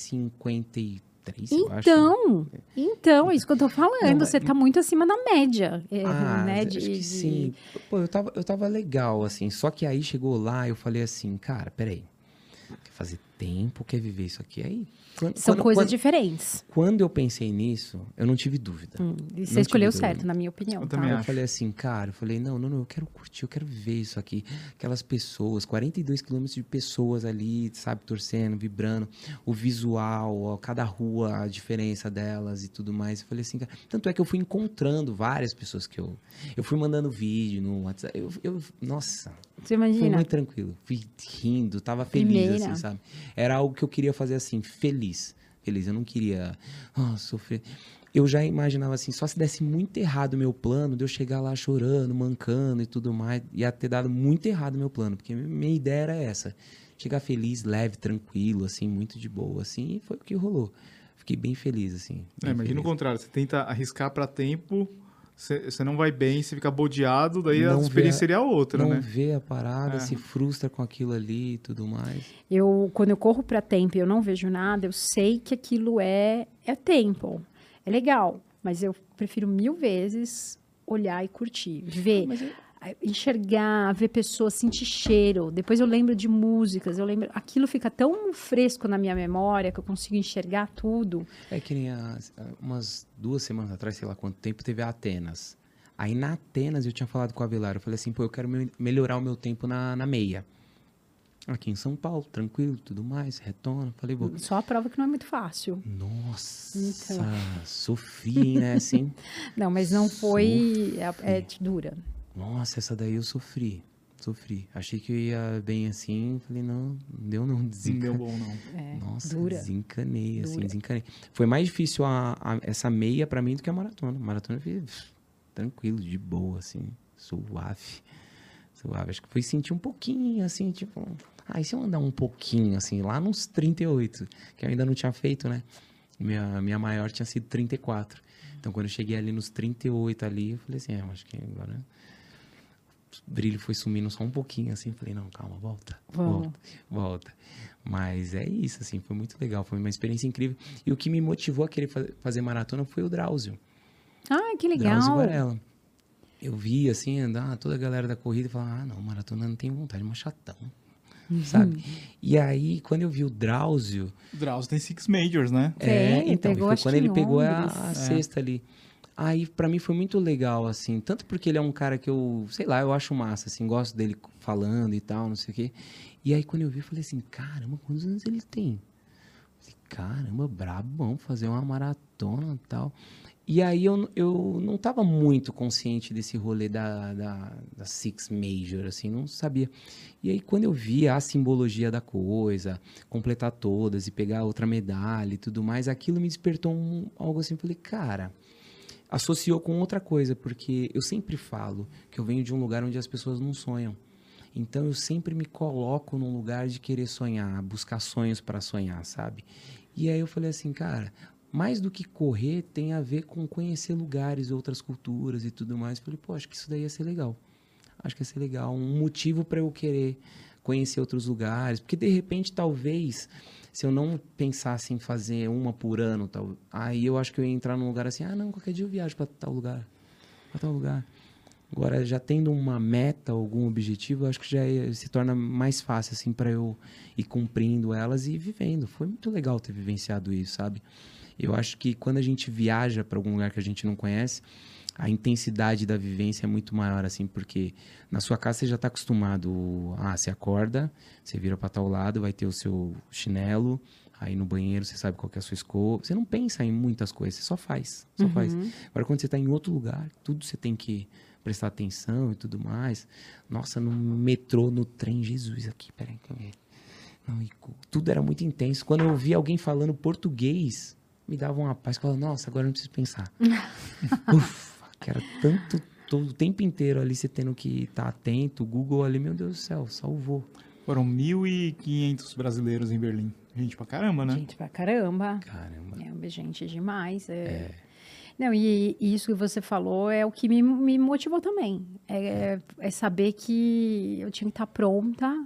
3h53, eu acho. Então, é isso que eu tô falando. Não, mas- Você tá muito acima da média, né? Acho que sim. Pô, eu tava legal, assim. Só que aí chegou lá, eu falei assim, cara, peraí. Quer fazer tempo, quer viver isso aqui? Aí, São coisas diferentes. quando eu pensei nisso, eu não tive dúvida. E Não você tive escolheu dúvida. certo, na minha opinião. Eu tá? também Aí eu acho. falei assim, cara, não, eu quero curtir, eu quero ver isso aqui. Aquelas pessoas, 42 quilômetros de pessoas ali, sabe, torcendo, vibrando. O visual, ó, cada rua, a diferença delas e tudo mais. Eu falei assim, cara, tanto é que eu fui encontrando várias pessoas que eu fui mandando vídeo no WhatsApp. Nossa, Você foi imagina? muito tranquilo. Fui rindo, tava feliz, Primeira. assim, sabe? Era algo que eu queria fazer assim, feliz. Feliz, eu não queria sofrer. Eu já imaginava assim, só se desse muito errado o meu plano, de eu chegar lá chorando, mancando e tudo mais, ia ter dado muito errado o meu plano, porque minha ideia era essa. Chegar feliz, leve, tranquilo, assim, muito de boa, assim, e foi o que rolou. Fiquei bem feliz, assim. bem Imagina o feliz. contrário. Você tenta arriscar pra tempo, você não vai bem, você fica bodeado, daí a Não experiência vê seria outra, Não né? vê a parada, É. se frustra com aquilo ali e tudo mais. Quando eu corro para tempo e eu não vejo nada, eu sei que aquilo é tempo. É legal, mas eu prefiro 1000 vezes olhar e curtir, ver, enxergar, ver pessoas, sentir cheiro. Depois eu lembro de músicas, aquilo fica tão fresco na minha memória que eu consigo enxergar tudo. É que nem umas 2 semanas atrás, sei lá quanto tempo, teve a Atenas. Aí na Atenas eu tinha falado com o Avelar, eu falei assim, pô, eu quero melhorar o meu tempo na meia. Aqui em São Paulo, tranquilo, tudo mais, retorno. Falei, vou. Só a prova que não é muito fácil. Nossa, Então. sofri, hein, né, assim. Não, mas não foi. É dura. Nossa, essa daí eu sofri. Achei que eu ia bem assim, falei, não deu não, Não desencanei. deu bom, não. É, Nossa, dura. desencanei, assim, Dura. desencanei. Foi mais difícil essa meia pra mim do que a maratona. A maratona eu fiz tranquilo, de boa, assim, suave. Acho que foi sentir um pouquinho, assim, tipo... e se eu andar um pouquinho, assim, lá nos 38, que eu ainda não tinha feito, né? Minha maior tinha sido 34. Então, quando eu cheguei ali nos 38 ali, eu falei assim, eu acho que agora... O brilho foi sumindo só um pouquinho, assim. Falei, não, calma, volta. Mas é isso, assim, foi muito legal. Foi uma experiência incrível. E o que me motivou a querer fazer maratona foi o Drauzio. Ah, que Drauzio legal. Varela. Eu vi, assim, andar toda a galera da corrida e falar, não, maratona não tem vontade, mas chatão, sabe? E aí, quando eu vi o Drauzio... Drauzio tem Six Majors, né? Tem, então, pegou, foi acho quando que ele em pegou Londres. a sexta ali. Aí, pra mim, foi muito legal, assim, tanto porque ele é um cara que eu, sei lá, eu acho massa, assim, gosto dele falando e tal, não sei o quê. E aí, quando eu vi, eu falei assim, caramba, quantos anos ele tem? Falei, caramba, brabão, fazer uma maratona e tal. E aí eu não estava muito consciente desse rolê da Six Major, assim, não sabia. E aí quando eu vi a simbologia da coisa, completar todas e pegar outra medalha e tudo mais, aquilo me despertou algo assim, falei, cara, associou com outra coisa, porque eu sempre falo que eu venho de um lugar onde as pessoas não sonham. Então eu sempre me coloco num lugar de querer sonhar, buscar sonhos para sonhar, sabe? E aí eu falei assim, cara, mais do que correr tem a ver com conhecer lugares, outras culturas e tudo mais. Falei, pô, acho que isso daí ia ser legal. Acho que ia ser legal. Um motivo para eu querer conhecer outros lugares. Porque, de repente, talvez, se eu não pensasse em fazer uma por ano, aí eu acho que eu ia entrar num lugar assim, não, qualquer dia eu viajo para tal lugar. Para tal lugar. Agora, já tendo uma meta, algum objetivo, eu acho que se torna mais fácil, assim, para eu ir cumprindo elas e ir vivendo. Foi muito legal ter vivenciado isso, sabe? Eu acho que quando a gente viaja para algum lugar que a gente não conhece, a intensidade da vivência é muito maior, assim, porque na sua casa você já está acostumado. Você acorda, você vira para tal lado, vai ter o seu chinelo, aí no banheiro você sabe qual que é a sua escova. Você não pensa em muitas coisas, você só faz, faz. Agora, quando você está em outro lugar, tudo você tem que prestar atenção e tudo mais. Nossa, no metrô, no trem, Jesus, aqui, peraí. Não, tudo era muito intenso. Quando eu via alguém falando português, me dava uma paz, que eu falava, nossa, agora eu não preciso pensar. Ufa, que era tanto, todo o tempo inteiro ali você tendo que estar atento, o Google ali, meu Deus do céu, salvou. Foram 1.500 brasileiros em Berlim. Gente pra caramba, né? Gente pra caramba. Caramba. Gente demais. Não, e isso que você falou é o que me motivou também. É saber que eu tinha que estar pronta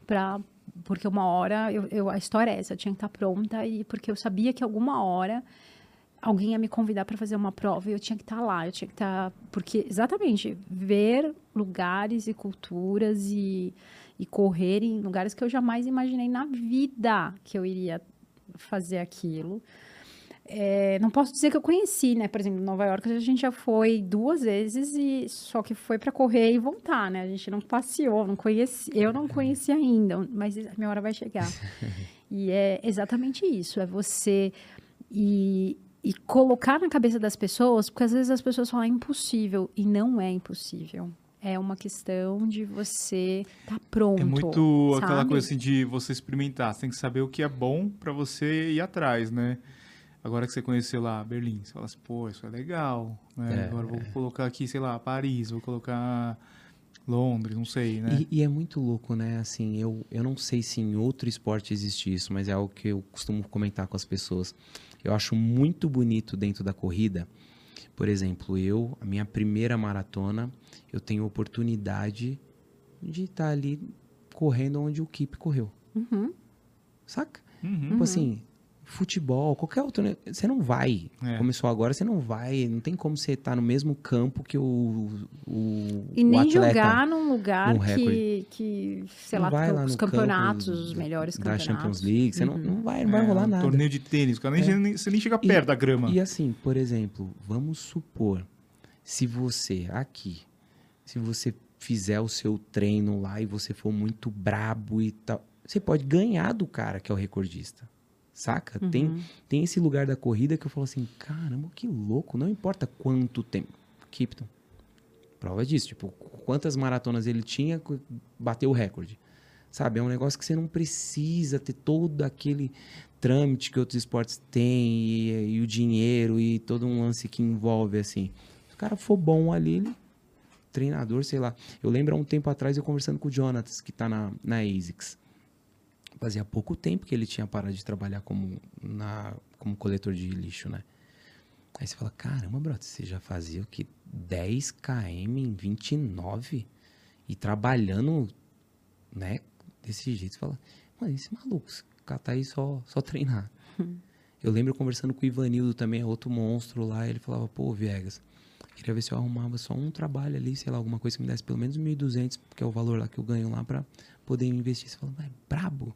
porque uma hora, a história é essa, eu tinha que estar pronta, e porque eu sabia que alguma hora alguém ia me convidar para fazer uma prova e eu tinha que estar lá, eu tinha que estar... Porque, exatamente, ver lugares e culturas e correr em lugares que eu jamais imaginei na vida que eu iria fazer aquilo. Não posso dizer que eu conheci, né? Por exemplo, em Nova York a gente já foi 2 vezes, só que foi para correr e voltar, né? A gente não passeou, eu não conheci ainda, mas a minha hora vai chegar. E é exatamente isso, é você e colocar na cabeça das pessoas, porque às vezes as pessoas falam é impossível, e não é impossível. É uma questão de você estar pronto. É muito sabe? aquela coisa assim de você experimentar. Você tem que saber o que é bom para você ir atrás, né? Agora que você conheceu lá Berlim, você fala assim, pô, isso é legal, né? Agora vou colocar aqui, sei lá, Paris, vou colocar Londres, não sei, né? E é muito louco, né? Assim, eu não sei se em outro esporte existe isso, mas é algo que eu costumo comentar com as pessoas. Eu acho muito bonito dentro da corrida. Por exemplo, a minha primeira maratona, eu tenho oportunidade de estar ali correndo onde o Kip correu. Saca? Tipo assim, futebol, qualquer outro, né? Você não vai. Começou agora, você não vai. Não tem como você estar no mesmo campo que o E nem atleta, jogar num lugar num que sei não lá, vai lá os no campeonatos, campo os melhores da campeonatos. Champions League. Você não vai rolar nada. Torneio de tênis, cara, você nem chega perto da grama. E assim, por exemplo, vamos supor, se você fizer o seu treino lá e você for muito brabo e tal, você pode ganhar do cara que é o recordista. Saca? Tem esse lugar da corrida que eu falo assim, caramba, que louco, não importa quanto tempo. Kipton, prova disso, tipo, quantas maratonas ele tinha, bateu o recorde. Sabe? É um negócio que você não precisa ter todo aquele trâmite que outros esportes têm e o dinheiro e todo um lance que envolve, assim. Se o cara for bom ali, ele, treinador, sei lá. Eu lembro há um tempo atrás eu conversando com o Jonatas, que tá na ASICS. Fazia pouco tempo que ele tinha parado de trabalhar como coletor de lixo, né? Aí você fala, caramba, brother, você já fazia o que? 10 km em 29? E trabalhando, né? Desse jeito, você fala, mano, esse maluco, esse cara tá aí só treinar. Eu lembro conversando com o Ivanildo também, outro monstro lá, ele falava, pô, Viegas, queria ver se eu arrumava só um trabalho ali, sei lá, alguma coisa que me desse pelo menos 1.200, que é o valor lá que eu ganho lá pra poder investir. Você fala, vai, brabo.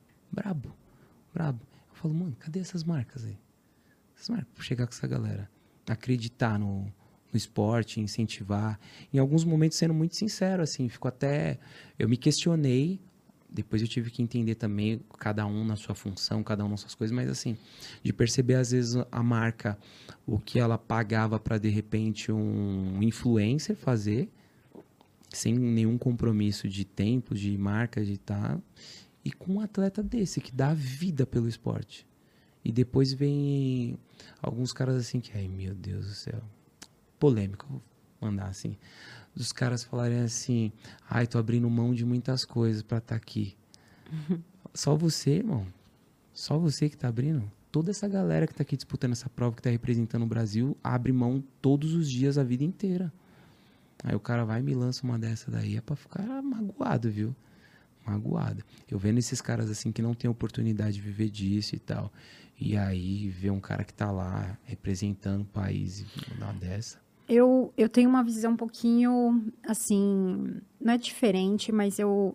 Eu falo, mano, cadê essas marcas aí? Essas marcas pra chegar com essa galera. Acreditar no esporte, incentivar. Em alguns momentos, sendo muito sincero, assim, eu me questionei, depois eu tive que entender também, cada um na sua função, cada um nas suas coisas, mas assim, de perceber às vezes a marca, o que ela pagava para de repente um influencer fazer, sem nenhum compromisso de tempo, de marca, de tal, e com um atleta desse, que dá vida pelo esporte. E depois vem alguns caras assim que, ai meu Deus do céu, polêmico, vou mandar assim, dos caras falarem assim, ai, tô abrindo mão de muitas coisas pra estar aqui. Só você, irmão, só você que tá abrindo. Toda essa galera que tá aqui disputando essa prova, que tá representando o Brasil, abre mão todos os dias, a vida inteira. Aí o cara vai e me lança uma dessa daí, é pra ficar magoado, viu? Magoado. Eu vendo esses caras assim que não tem oportunidade de viver disso e tal. E aí ver um cara que tá lá representando o país e uma dessa. Eu tenho uma visão um pouquinho, assim, não é diferente, mas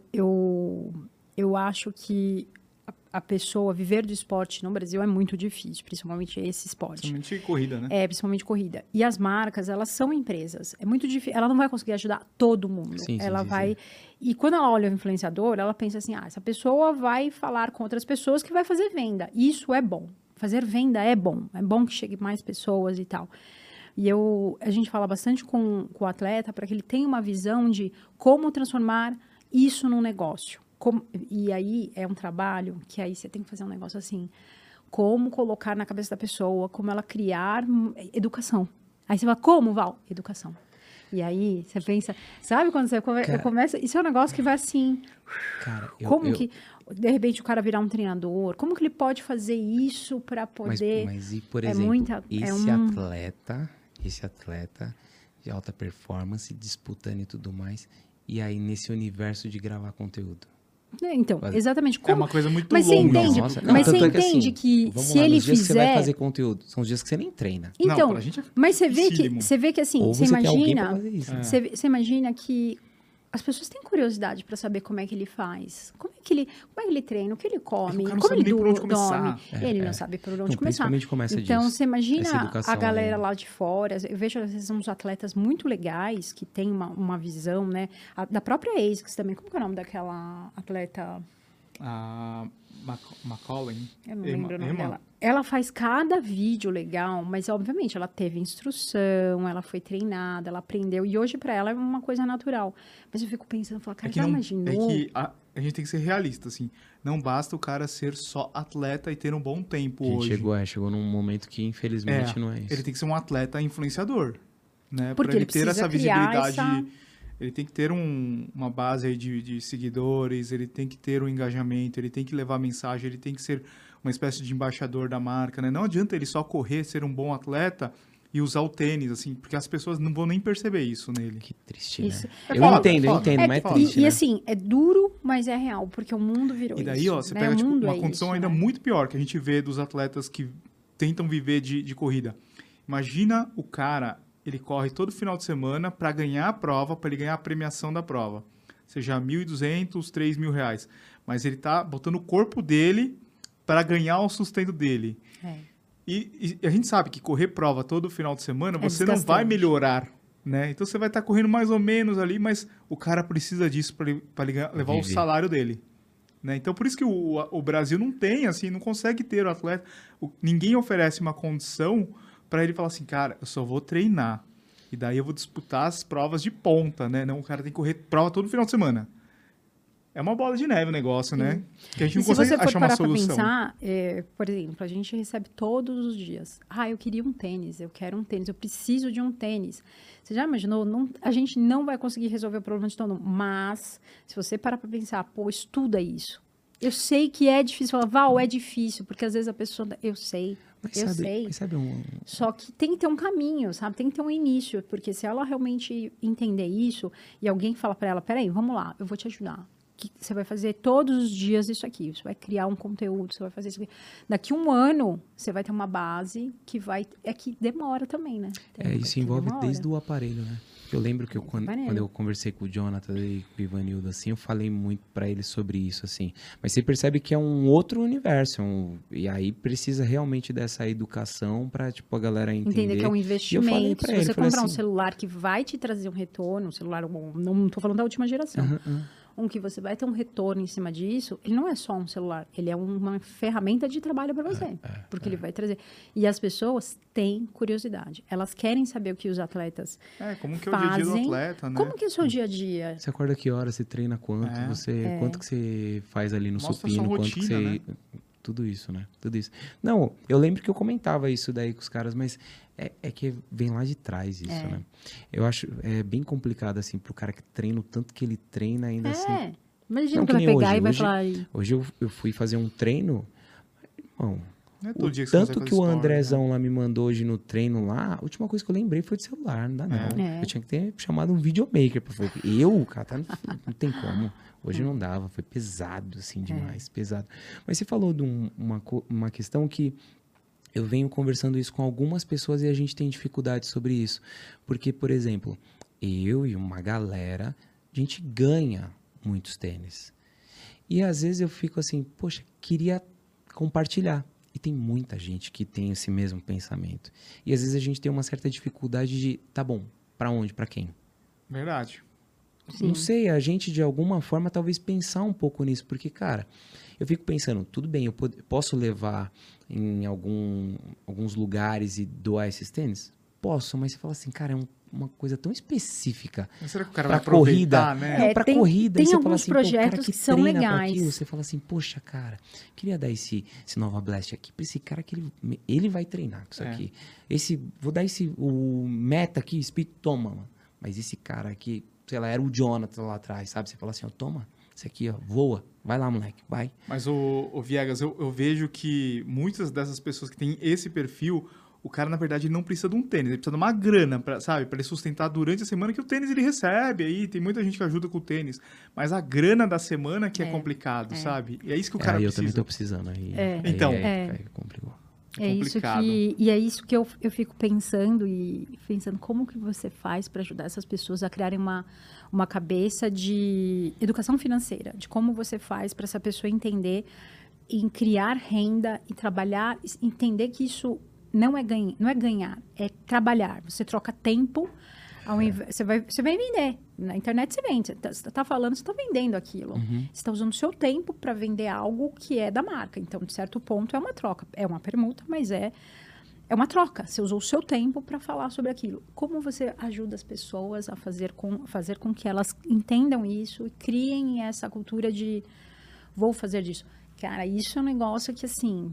eu acho que a pessoa viver do esporte no Brasil é muito difícil, principalmente esse esporte. Principalmente corrida, né? Principalmente corrida. E as marcas, elas são empresas. É muito difícil. Ela não vai conseguir ajudar todo mundo. Sim, ela sim, vai... sim. E quando ela olha o influenciador, ela pensa assim, essa pessoa vai falar com outras pessoas que vai fazer venda. Isso é bom. Fazer venda é bom. É bom que chegue mais pessoas e tal. E a gente fala bastante com o atleta para que ele tenha uma visão de como transformar isso num negócio. E aí é um trabalho que aí você tem que fazer um negócio assim. Como colocar na cabeça da pessoa, como ela criar educação. Aí você fala, como, Val? Educação. E aí você pensa, sabe quando você começa... Isso é um negócio que vai assim... Cara, que, de repente, o cara virar um treinador? Como que ele pode fazer isso para poder... Mas e, por exemplo, esse atleta de alta performance, disputando e tudo mais, e aí nesse universo de gravar conteúdo? Então, exatamente. É uma coisa muito mas longa. Você entende, mas você entende que se ele fizer... Você vai fizer... fazer conteúdo, são os dias que você nem treina. Então, pra gente é mas você vê que assim, Ou você você tem alguém imagina... pra fazer isso, né? Você imagina que as pessoas têm curiosidade para saber como é que ele faz, como é que ele treina, o que ele come, o cara não como sabe ele nem por onde dorme. começar. Ele não sabe por onde começar. Principalmente começa Então, disso. você imagina Essa educação a galera aí. lá de fora. Eu vejo, às vezes, uns atletas muito legais que têm uma visão, né? Da própria ASICS também. Como que é o nome daquela atleta? A McCollum. Eu não lembro o nome dela. Ela faz cada vídeo legal, mas obviamente ela teve instrução, ela foi treinada, ela aprendeu. E hoje pra ela é uma coisa natural. Mas eu fico pensando, cara, já imaginou? É que a gente tem que ser realista, assim. Não basta o cara ser só atleta e ter um bom tempo hoje. Chegou num momento que infelizmente não é isso. Ele tem que ser um atleta influenciador, né? Porque pra ele ter essa visibilidade... Ele tem que ter uma base aí de seguidores, ele tem que ter um engajamento, ele tem que levar mensagem, ele tem que ser uma espécie de embaixador da marca, né? Não adianta ele só correr, ser um bom atleta e usar o tênis, assim, porque as pessoas não vão nem perceber isso nele. Que triste, isso. né? Eu entendo, mas é triste, E assim, é duro, mas é real, porque o mundo virou isso. E daí, ó, você pega tipo, uma condição ainda muito pior que a gente vê dos atletas que tentam viver de corrida. Imagina o cara... Ele corre todo final de semana para ganhar a prova, para ele ganhar a premiação da prova. Seja R$1.200, R$3.000. Mas ele tá botando o corpo dele para ganhar o sustento dele. E a gente sabe que correr prova todo final de semana, você não vai melhorar, né? Então você vai estar correndo mais ou menos ali, mas o cara precisa disso para levar o salário dele. Né? Então por isso que o Brasil não tem, assim, não consegue ter o atleta. Ninguém oferece uma condição para ele falar assim, cara, eu só vou treinar. E daí eu vou disputar as provas de ponta, né? Não, o cara tem que correr prova todo final de semana. É uma bola de neve o negócio, né? Que a gente não consegue achar uma solução. Se você for parar pra pensar, por exemplo, a gente recebe todos os dias. Eu queria um tênis, eu quero um tênis, eu preciso de um tênis. Você já imaginou? A gente não vai conseguir resolver o problema de todo mundo. Mas, se você parar pra pensar, estuda isso. Eu sei que é difícil. Falar, Val, é difícil, porque às vezes a pessoa... Eu sei. Mas sabe Só que tem que ter um caminho, sabe? Tem que ter um início, porque se ela realmente entender isso e alguém fala para ela, peraí, vamos lá, eu vou te ajudar. Você vai fazer todos os dias isso aqui, você vai criar um conteúdo, você vai fazer isso aqui. Daqui 1 ano, você vai ter uma base que vai... É que demora também, né? Isso envolve desde o aparelho, né? Eu lembro que quando eu conversei com o Jonathan e com o Ivanildo, assim, eu falei muito pra eles sobre isso, assim. Mas você percebe que é um outro universo, e aí precisa realmente dessa educação pra, tipo, a galera entender que é um investimento. Se você comprar um celular que vai te trazer um retorno, um celular, não tô falando da última geração, que você vai ter um retorno em cima disso, ele não é só um celular, ele é uma ferramenta de trabalho para você, porque ele vai trazer. E as pessoas têm curiosidade, elas querem saber o que os atletas como que é o dia a dia do atleta, né? Como que é o seu dia a dia? Você acorda que hora, você treina quanto, quanto que você faz ali no supino, quanto rotina, que você... Né? Tudo isso, né? Tudo isso. Não, eu lembro que eu comentava isso daí com os caras, mas é que vem lá de trás isso, né? Eu acho bem complicado, assim, pro cara que treina o tanto que ele treina ainda assim. Imagina que vai pegar e vai falar... Hoje eu fui fazer um treino, irmão, Não é todo dia que você Tanto consegue que fazer o story, Andrezão lá me mandou hoje no treino lá, a última coisa que eu lembrei foi do celular, não dá não. É. Eu tinha que ter chamado um videomaker pra falar. Cara, não tem como. Hoje não dava, foi pesado, assim, demais, pesado. Mas você falou de uma questão que eu venho conversando isso com algumas pessoas e a gente tem dificuldade sobre isso. Porque, por exemplo, eu e uma galera, a gente ganha muitos tênis. E às vezes eu fico assim, poxa, queria compartilhar. E tem muita gente que tem esse mesmo pensamento. E às vezes a gente tem uma certa dificuldade de, tá bom, pra onde, pra quem? Verdade. Sim. Não sei, a gente de alguma forma talvez pensar um pouco nisso. Porque, cara, eu fico pensando, tudo bem, eu posso levar em alguns lugares e doar esses tênis? Posso, mas você fala assim, cara, é uma coisa tão específica. Mas será que o cara Pra vai aproveitar, corrida, né? não, pra corrida, tem aí você alguns fala assim, pô, o cara projetos que que são treina pra legais. aquilo, você fala assim, poxa, cara, queria dar esse Nova Blast aqui pra esse cara que ele vai treinar com isso aqui. Vou dar o meta aqui, Speed, toma, mano. Mas esse cara aqui, sei lá, era o Jonathan lá atrás, sabe? Você fala assim, ó, toma, esse aqui, ó, voa, vai lá, moleque, vai. Mas, o Viegas, eu vejo que muitas dessas pessoas que têm esse perfil, o cara, na verdade, ele não precisa de um tênis, ele precisa de uma grana, sabe? Pra ele sustentar durante a semana, que o tênis ele recebe, aí tem muita gente que ajuda com o tênis. Mas a grana da semana que é complicado, sabe? E é isso que o cara eu precisa. também tô precisando aí. Então. Aí complicou. É isso é isso que eu fico pensando como que você faz para ajudar essas pessoas a criarem uma cabeça de educação financeira, de como você faz para essa pessoa entender em criar renda e trabalhar, entender que isso não é ganhar, é trabalhar. Você troca tempo, você vai vender. Na internet você vende, você tá falando, você está vendendo aquilo. Você está usando o seu tempo para vender algo que é da marca. Então, de certo ponto, é uma troca. É uma permuta, mas é uma troca. Você usou o seu tempo para falar sobre aquilo. Como você ajuda as pessoas a fazer com que elas entendam isso e criem essa cultura de vou fazer disso. Cara, isso é um negócio que, assim...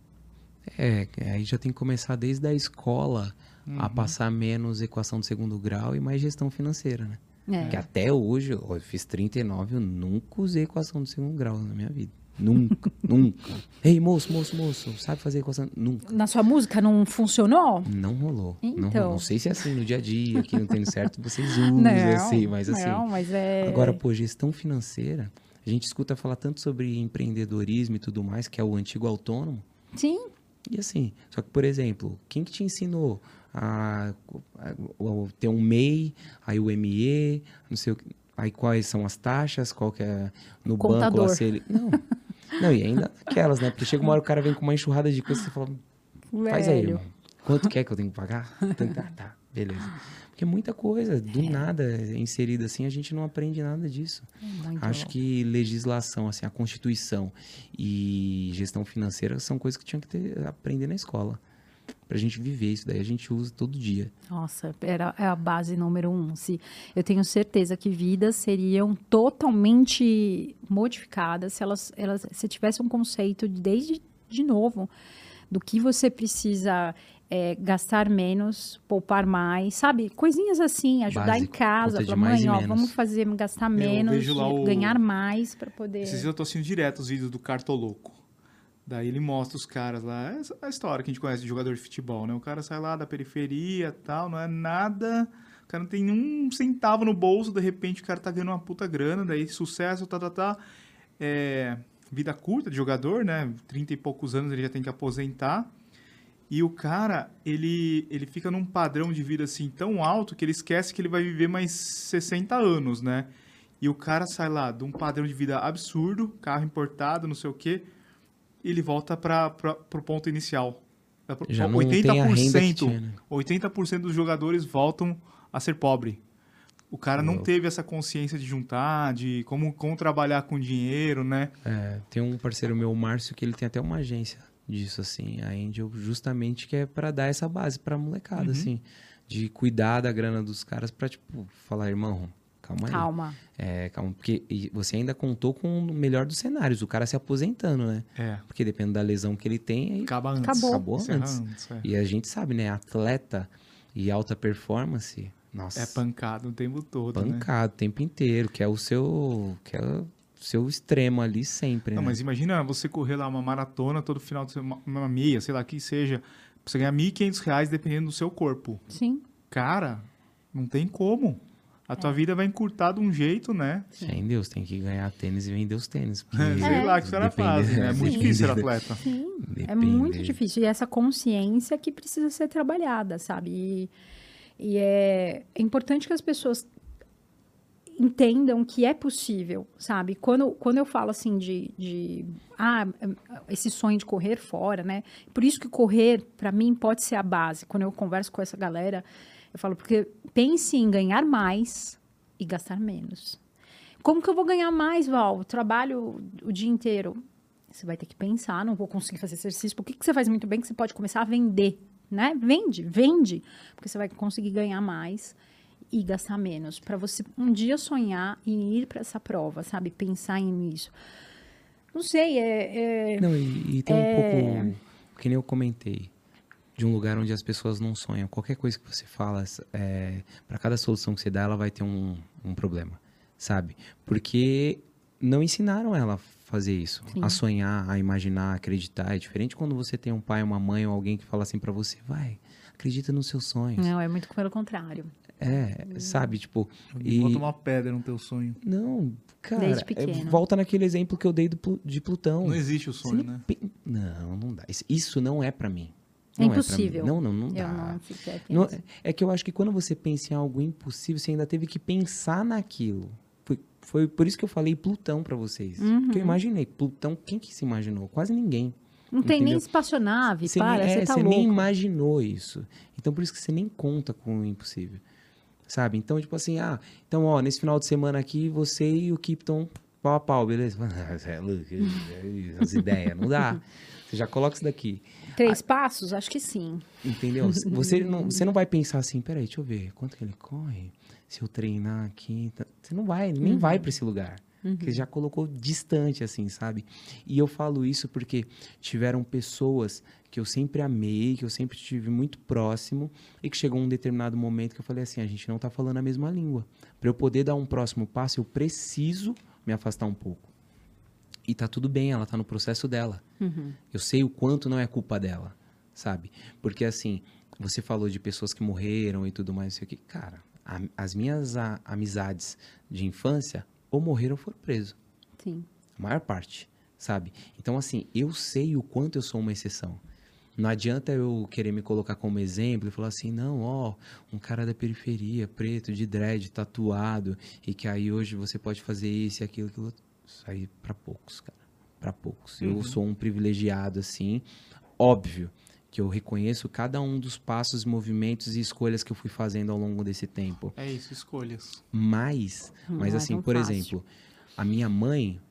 aí já tem que começar desde a escola a passar menos equação de segundo grau e mais gestão financeira, né? Porque até hoje, eu fiz 39, eu nunca usei equação de segundo grau na minha vida. Nunca, nunca. Ei, moço, sabe fazer equação? Nunca. Na sua música não funcionou? Não rolou. Então. Não rolou. Não sei se é assim no dia a dia, aqui não tem certo, vocês usam assim, mas assim. Não, mas é... Agora, gestão financeira, a gente escuta falar tanto sobre empreendedorismo e tudo mais, que é o antigo autônomo. Sim. E assim, só que, por exemplo, quem que te ensinou a ter um MEI, aí o ME, não sei o que, aí quais são as taxas, qual que é no Contador. banco lá se ele... Não, e ainda aquelas, né? Porque chega uma hora o cara vem com uma enxurrada de coisas e você fala, faz aí, irmão. Quanto que é que eu tenho que pagar? Tá, beleza. Porque muita coisa, do nada, inserida assim, a gente não aprende nada disso. Acho que legislação, assim, a Constituição e gestão financeira são coisas que tinha que aprender na escola. Pra gente viver isso daí, a gente usa todo dia. Nossa, é a base número 1. Eu tenho certeza que vidas seriam totalmente modificadas se tivesse um conceito desde de novo do que você precisa gastar menos, poupar mais, sabe? Coisinhas assim, ajudar Básico, em casa, falar, mãe, vamos gastar menos, ganhar mais para poder... Esses dias eu tô assistindo direto os vídeos do Cartoloco. Daí ele mostra os caras lá, a história que a gente conhece de jogador de futebol, né? O cara sai lá da periferia e tal, não é nada, o cara não tem um centavo no bolso, de repente o cara tá ganhando uma puta grana, daí sucesso, vida curta de jogador, né? 30 e poucos anos ele já tem que aposentar. E o cara, ele fica num padrão de vida assim tão alto que ele esquece que ele vai viver mais 60 anos, né? E o cara sai lá de um padrão de vida absurdo, carro importado, não sei o quê, ele volta para o ponto inicial. Já não tem a renda que tinha, né? 80% dos jogadores voltam a ser pobre. O cara não teve essa consciência de juntar, de como trabalhar com dinheiro, né? Tem um parceiro meu, o Márcio, que ele tem até uma agência disso, assim, a Angel, justamente que é para dar essa base pra molecada, assim, de cuidar da grana dos caras pra, tipo, falar, irmão, calma aí. Calma, porque você ainda contou com o melhor dos cenários, o cara se aposentando, né? Porque dependendo da lesão que ele tem, aí acabou antes. E a gente sabe, né? Atleta e alta performance, nossa. É pancado o tempo todo, pancado, o tempo inteiro, que é o seu... seu extremo ali sempre, Não, né? mas imagina você correr lá uma maratona todo final de semana, uma meia, sei lá, que seja, pra você ganhar R$ 1.500 dependendo do seu corpo. Sim. Cara, não tem como. A tua vida vai encurtar de um jeito, né? Sem Deus, tem que ganhar tênis e vender os tênis. porque Sei lá o que os caras depende- fazem, né? É muito Sim. difícil ser atleta. Sim, é Depende. muito difícil. E essa consciência que precisa ser trabalhada, sabe? E é importante que as pessoas entendam que é possível, sabe? Quando eu falo assim esse sonho de correr fora, né? Por isso que correr, para mim, pode ser a base. Quando eu converso com essa galera, eu falo, porque pense em ganhar mais e gastar menos. Como que eu vou ganhar mais, Val? Eu trabalho o dia inteiro. Você vai ter que pensar, não vou conseguir fazer exercício. Por que você faz muito bem que você pode começar a vender, né? Vende, porque você vai conseguir ganhar mais e gastar menos. Para você um dia sonhar em ir para essa prova, sabe? Pensar nisso. Não sei, Não, e tem um pouco, que nem eu comentei, de um lugar onde as pessoas não sonham. Qualquer coisa que você fala, para cada solução que você dá, ela vai ter um problema, sabe? Porque não ensinaram ela a fazer isso, Sim. a sonhar, a imaginar, a acreditar. É diferente quando você tem um pai, uma mãe ou alguém que fala assim pra você, vai, acredita nos seus sonhos. Não, é muito pelo contrário. Sabe, tipo... Bota uma pedra no teu sonho. Não, cara, Desde pequeno. volta naquele exemplo que eu dei de Plutão. Não existe o Você sonho, não né? Não dá. Isso não é pra mim. É Não impossível. pra mim. Não Eu dá. não fiquei Não- pensando. é que eu acho que quando você pensa em algo impossível, você ainda teve que pensar naquilo. Foi por isso que eu falei Plutão pra vocês. Uhum. Porque eu imaginei. Plutão, quem que se imaginou? Quase ninguém. Não tem nem Entendeu? espaçonave, Você para, nem, você tá você louco. nem imaginou isso. Então, por isso que você nem conta com o impossível. Sabe? Então, tipo assim, então, ó, nesse final de semana aqui, você e o Kipton pau a pau, beleza? Você é louco, as ideias, não dá. Você já coloca isso daqui. 3 passos? Acho que sim. Entendeu? Você não vai pensar assim, peraí, deixa eu ver, quanto que ele corre? Se eu treinar aqui... Você não vai, nem vai pra esse lugar. Porque já colocou distante, assim, sabe? E eu falo isso porque tiveram pessoas que eu sempre amei, que eu sempre estive muito próximo, e que chegou um determinado momento que eu falei assim, a gente não tá falando a mesma língua. Para eu poder dar um próximo passo, eu preciso me afastar um pouco. E tá tudo bem, ela tá no processo dela. Eu sei o quanto não é culpa dela, sabe? Porque assim, você falou de pessoas que morreram e tudo mais, não sei o que. Cara, as minhas amizades de infância ou morreram ou foram presos. Sim. A maior parte, sabe? Então, assim, eu sei o quanto eu sou uma exceção. Não adianta eu querer me colocar como exemplo e falar assim, não, ó, um cara da periferia, preto, de dread, tatuado, e que aí hoje você pode fazer isso e aquilo, aquilo outro. Isso aí pra poucos, cara. Pra poucos. Eu sou um privilegiado, assim. Óbvio que eu reconheço cada um dos passos, movimentos e escolhas que eu fui fazendo ao longo desse tempo. É isso, escolhas. Mas Não é assim, tão por fácil. exemplo, a minha mãe,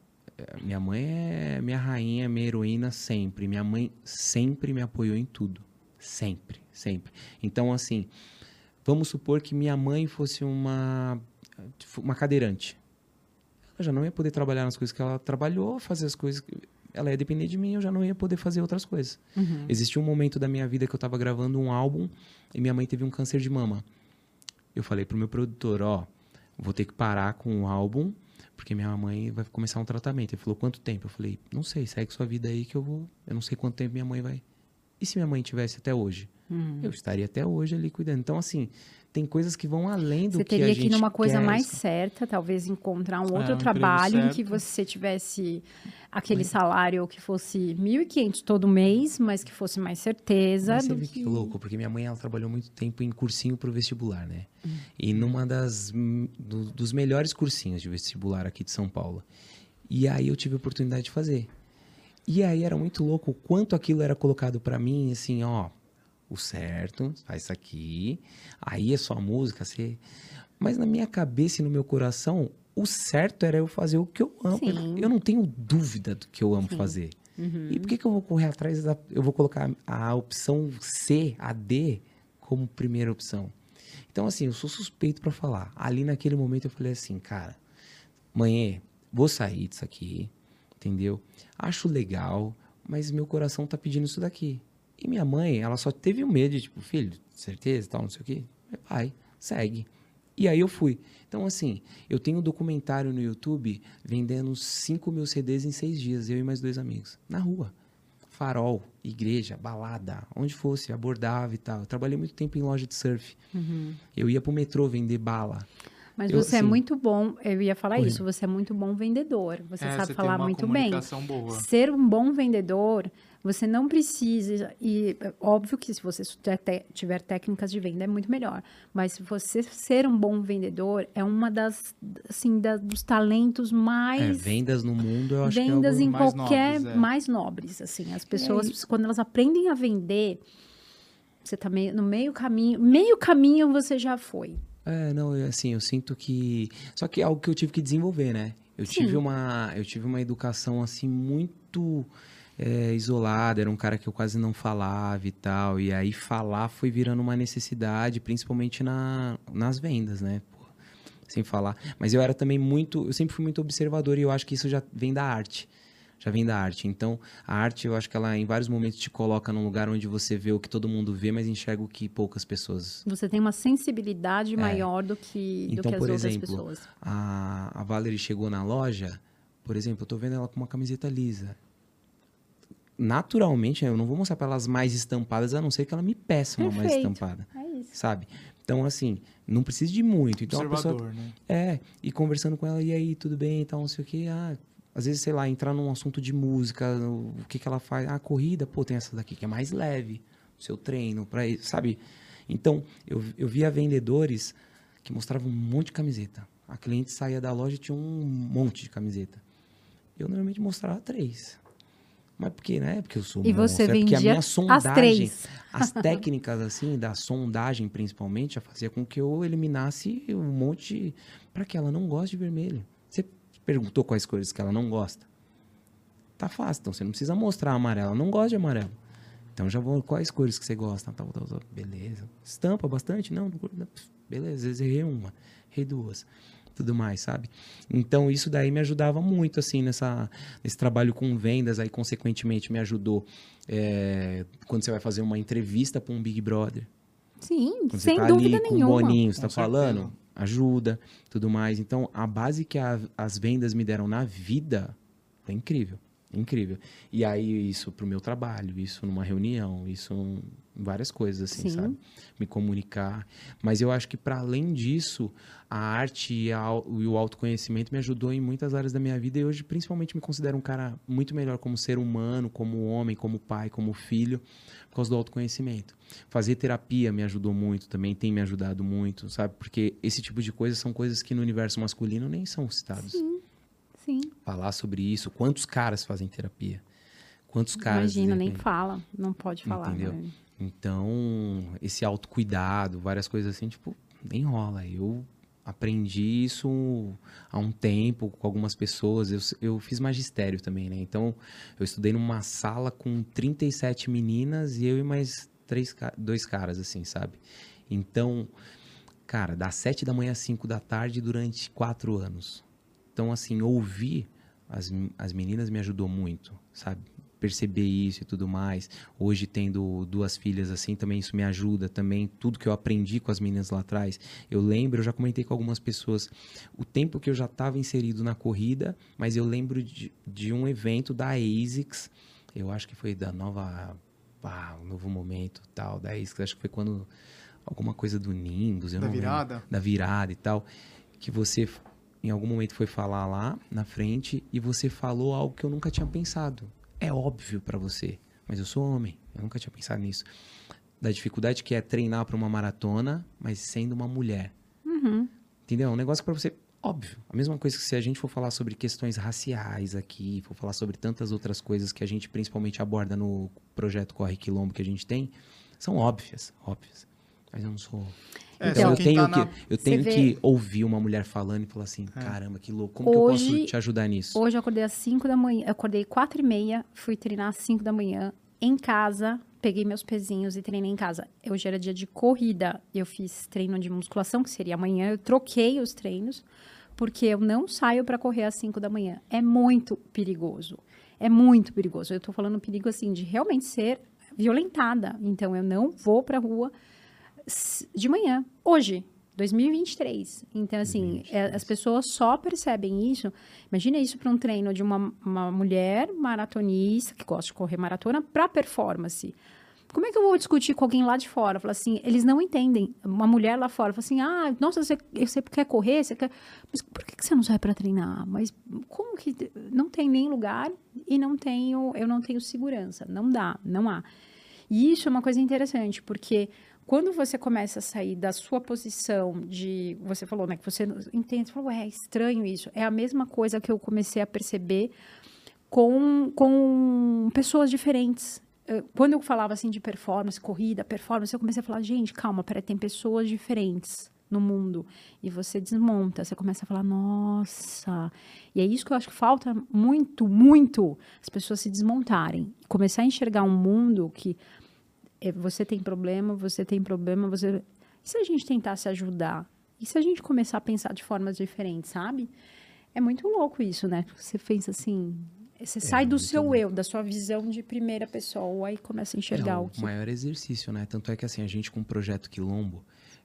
minha mãe é minha rainha, minha heroína sempre. Minha mãe sempre me apoiou em tudo. Sempre, sempre. Então, assim, vamos supor que minha mãe fosse uma cadeirante. Ela já não ia poder trabalhar nas coisas que ela trabalhou, fazer as coisas... Ela ia depender de mim, eu já não ia poder fazer outras coisas. Existiu um momento da minha vida que eu estava gravando um álbum e minha mãe teve um câncer de mama. Eu falei pro meu produtor, ó, vou ter que parar com o álbum, porque minha mãe vai começar um tratamento. Ele falou, quanto tempo? Eu falei, não sei, segue sua vida aí que eu não sei quanto tempo minha mãe vai... E se minha mãe tivesse até hoje? Eu estaria até hoje ali cuidando. Então, assim, tem coisas que vão além do Você que a teria gente que ir numa coisa quer. mais certa, talvez encontrar um outro um trabalho emprego em que certo. você tivesse aquele salário que fosse 1.500 todo mês, mas que fosse mais certeza Mas você do vê que louco, porque minha mãe ela trabalhou muito tempo em cursinho pro vestibular, né? E numa dos melhores cursinhos de vestibular aqui de São Paulo. E aí eu tive a oportunidade de fazer. E aí era muito louco o quanto aquilo era colocado pra mim, assim, ó, o certo, faz isso aqui, aí é só a música, você... Mas na minha cabeça e no meu coração, o certo era eu fazer o que eu amo. Sim. Eu não tenho dúvida do que eu amo fazer. E por que eu vou correr atrás eu vou colocar a opção C, a D, como primeira opção? Então, assim, eu sou suspeito pra falar. Ali naquele momento eu falei assim, cara, mãe, vou sair disso aqui, entendeu? Acho legal, mas meu coração tá pedindo isso daqui. E minha mãe, ela só teve o medo de, tipo, filho, certeza, tal, não sei o quê. Vai, segue. E aí eu fui. Então, assim, eu tenho um documentário no YouTube vendendo 5.000 CDs em 6 dias, eu e mais 2 amigos, na rua. Farol, igreja, balada, onde fosse, abordava e tal. Eu trabalhei muito tempo em loja de surf. Eu ia pro metrô vender bala. Mas Eu, você é assim, muito bom, eu ia falar correndo. isso, você é muito bom vendedor. Você sabe tem falar uma muito bem. comunicação boa. Ser um bom vendedor, você não precisa, e óbvio que se você tiver técnicas de venda é muito melhor, mas se você ser um bom vendedor é uma das, assim, dos talentos mais... Vendas no mundo, eu acho que é vendas algo... em mais qualquer, nobres, mais nobres, assim. As pessoas, quando elas aprendem a vender, você tá no meio caminho você já foi. Não, assim, eu sinto que... Só que é algo que eu tive que desenvolver, né? Eu tive uma educação, assim, muito isolada. Era um cara que eu quase não falava e tal. E aí falar foi virando uma necessidade, principalmente nas vendas, né? Pô, sem falar. Mas eu era também eu sempre fui muito observador e eu acho que isso já vem da arte. Já vem da arte. Então, a arte, eu acho que ela, em vários momentos, te coloca num lugar onde você vê o que todo mundo vê, mas enxerga o que poucas pessoas... Você tem uma sensibilidade maior do que as outras pessoas. A Valerie chegou na loja, por exemplo, eu tô vendo ela com uma camiseta lisa. Naturalmente, eu não vou mostrar para elas mais estampadas, a não ser que ela me peça uma mais estampada. É isso. Sabe? Então, assim, não precisa de muito. Então, Observador, a pessoa, né? E conversando com ela, e aí, tudo bem e tal, não sei o quê. Às vezes, sei lá, entrar num assunto de música, o que ela faz. Corrida, pô, tem essa daqui que é mais leve, o seu treino, sabe? Então, eu via vendedores que mostravam um monte de camiseta. A cliente saía da loja e tinha um monte de camiseta. Eu normalmente mostrava 3. Mas por quê, né? Porque eu sou E você vendia porque a minha sondagem, as 3. as técnicas, assim, da sondagem, principalmente, já fazia com que eu eliminasse um monte... Para que ela não goste de vermelho. Você perguntou quais cores que ela não gosta? Tá fácil, então você não precisa mostrar amarelo. Ela não gosta de amarelo. Então já vou, quais cores que você gosta? Beleza. Estampa bastante? Não, beleza. Às vezes errei uma, errei 2. Tudo mais, sabe? Então, isso daí me ajudava muito, assim, nesse trabalho com vendas. Aí, consequentemente, me ajudou quando você vai fazer uma entrevista para um Big Brother. Sim, quando sem você tá dúvida ali, nenhuma. Com o Boninho, você Com tá falando, certeza. ajuda, tudo mais. Então, a base que as vendas me deram na vida foi incrível. Incrível. E aí, isso pro meu trabalho, isso numa reunião, isso em várias coisas, assim, Sim. sabe? Me comunicar. Mas eu acho que, para além disso, a arte e o autoconhecimento me ajudou em muitas áreas da minha vida. E hoje, principalmente, me considero um cara muito melhor como ser humano, como homem, como pai, como filho, por causa do autoconhecimento. Fazer terapia me ajudou muito também, tem me ajudado muito, sabe? Porque esse tipo de coisas são coisas que no universo masculino nem são citados. Sim. Falar sobre isso. Quantos caras fazem terapia? Quantos caras... Imagina, nem fala. Não pode falar. Entendeu? Né? Então, esse autocuidado, várias coisas assim, tipo, nem rola. Eu aprendi isso há um tempo com algumas pessoas. Eu fiz magistério também, né? Então, eu estudei numa sala com 37 meninas e eu e mais 2 caras, assim, sabe? Então, cara, das 7 da manhã às 5 da tarde durante 4 anos. Então, assim, ouvir as meninas me ajudou muito, sabe? Perceber isso e tudo mais. Hoje, tendo 2 filhas assim, também isso me ajuda também. Tudo que eu aprendi com as meninas lá atrás. Eu lembro, eu já comentei com algumas pessoas, o tempo que eu já estava inserido na corrida, mas eu lembro de um evento da ASICS, eu acho que foi da um novo momento tal, da ASICS, acho que foi quando alguma coisa do Nimbus, eu Da não virada? lembro, da virada e tal, que você em algum momento foi falar lá na frente e você falou algo que eu nunca tinha pensado. É óbvio pra você, mas eu sou homem, eu nunca tinha pensado nisso. Da dificuldade que é treinar pra uma maratona, mas sendo uma mulher. Entendeu? É um negócio pra você, óbvio. A mesma coisa que se a gente for falar sobre questões raciais aqui, for falar sobre tantas outras coisas que a gente principalmente aborda no projeto Corre Quilombo que a gente tem, são óbvias. Mas eu não sou... Então, eu tenho que ouvir uma mulher falando e falar assim, caramba, que louco, como que eu posso te ajudar nisso? Hoje eu acordei às 5 da manhã, eu acordei 4h30, fui treinar às 5 da manhã, em casa, peguei meus pezinhos e treinei em casa. Hoje era dia de corrida, eu fiz treino de musculação, que seria amanhã, eu troquei os treinos, porque eu não saio para correr às 5 da manhã. É muito perigoso, Eu tô falando perigo, assim, de realmente ser violentada. Então, eu não vou pra rua de manhã, hoje, 2023. Então, assim, as pessoas só percebem isso. Imagina isso para um treino de uma mulher maratonista que gosta de correr maratona para performance. Como é que eu vou discutir com alguém lá de fora? Fala assim, eles não entendem. Uma mulher lá fora fala assim, nossa, você quer correr, você quer... Mas por que você não sai para treinar? Mas como que... Não tem nem lugar e eu não tenho segurança. Não dá, não há. E isso é uma coisa interessante, porque quando você começa a sair da sua posição de... Você falou, né, que você entende, você falou, é estranho isso. É a mesma coisa que eu comecei a perceber com pessoas diferentes. Quando eu falava assim de corrida, performance, eu comecei a falar, gente, calma, peraí, tem pessoas diferentes no mundo. E você desmonta, você começa a falar, nossa. E é isso que eu acho que falta muito, muito, as pessoas se desmontarem. Começar a enxergar um mundo que você tem problema, E se a gente tentar se ajudar? E se a gente começar a pensar de formas diferentes, sabe? É muito louco isso, né? Você pensa assim... Você sai do seu eu, da sua visão de primeira pessoa e começa a enxergar o que... É o maior exercício, né? Tanto é que assim, a gente com o Projeto Quilombo,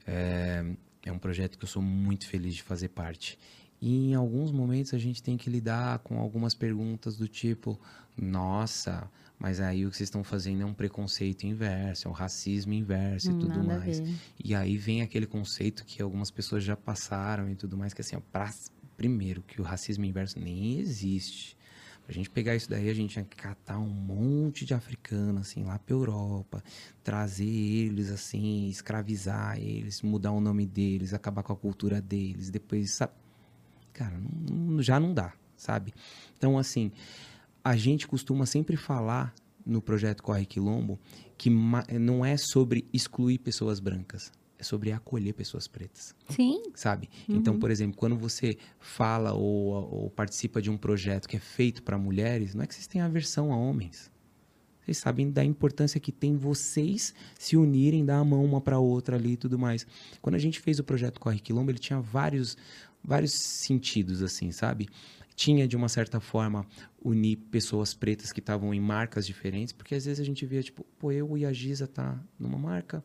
é um projeto que eu sou muito feliz de fazer parte. E em alguns momentos a gente tem que lidar com algumas perguntas do tipo, nossa, mas aí o que vocês estão fazendo é um preconceito inverso, é um racismo inverso e tudo mais. E aí vem aquele conceito que algumas pessoas já passaram e tudo mais, que assim, primeiro, que o racismo inverso nem existe. Pra gente pegar isso daí, a gente tinha que catar um monte de africano, assim, lá pra Europa, trazer eles, assim, escravizar eles, mudar o nome deles, acabar com a cultura deles, depois, sabe? Cara, já não dá, sabe? Então, assim, a gente costuma sempre falar no projeto Corre Quilombo que não é sobre excluir pessoas brancas. É sobre acolher pessoas pretas. Sim. Sabe? Então, por exemplo, quando você fala ou participa de um projeto que é feito para mulheres, não é que vocês têm aversão a homens. Vocês sabem da importância que tem vocês se unirem, dar a mão uma para outra ali e tudo mais. Quando a gente fez o projeto Corre Quilombo, ele tinha vários sentidos, assim, sabe? Tinha, de uma certa forma, unir pessoas pretas que estavam em marcas diferentes, porque às vezes a gente via, tipo, eu e a Giza tá numa marca,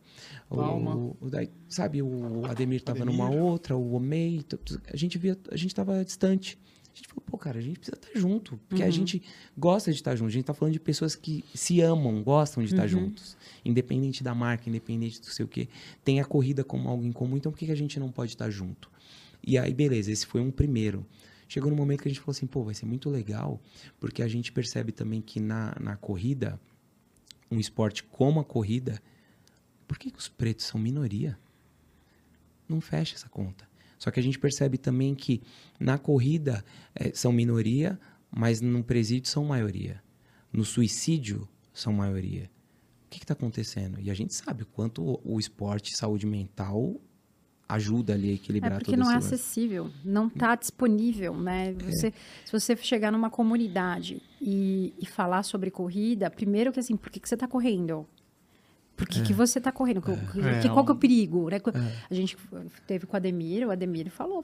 sabe, o Ademir tava numa outra, o Omei, a gente tava distante. A gente falou, cara, a gente precisa estar junto, porque a gente gosta de estar junto, a gente tá falando de pessoas que se amam, gostam de estar juntos, independente da marca, independente do sei o quê, tem a corrida como algo em comum, então por que a gente não pode estar junto? E aí, beleza, esse foi um primeiro. Chegou no momento que a gente falou assim, vai ser muito legal, porque a gente percebe também que na corrida, um esporte como a corrida, por que os pretos são minoria? Não fecha essa conta. Só que a gente percebe também que na corrida são minoria, mas no presídio são maioria. No suicídio são maioria. O que está acontecendo? E a gente sabe o quanto o esporte, saúde mental... ajuda ali a equilibrar tudo isso. Porque não é acessível, não está disponível, né? Se você chegar numa comunidade e falar sobre corrida, primeiro que assim, por que você está correndo? Por que você está correndo? Qual que é o perigo? Né? A gente teve com o Ademir falou,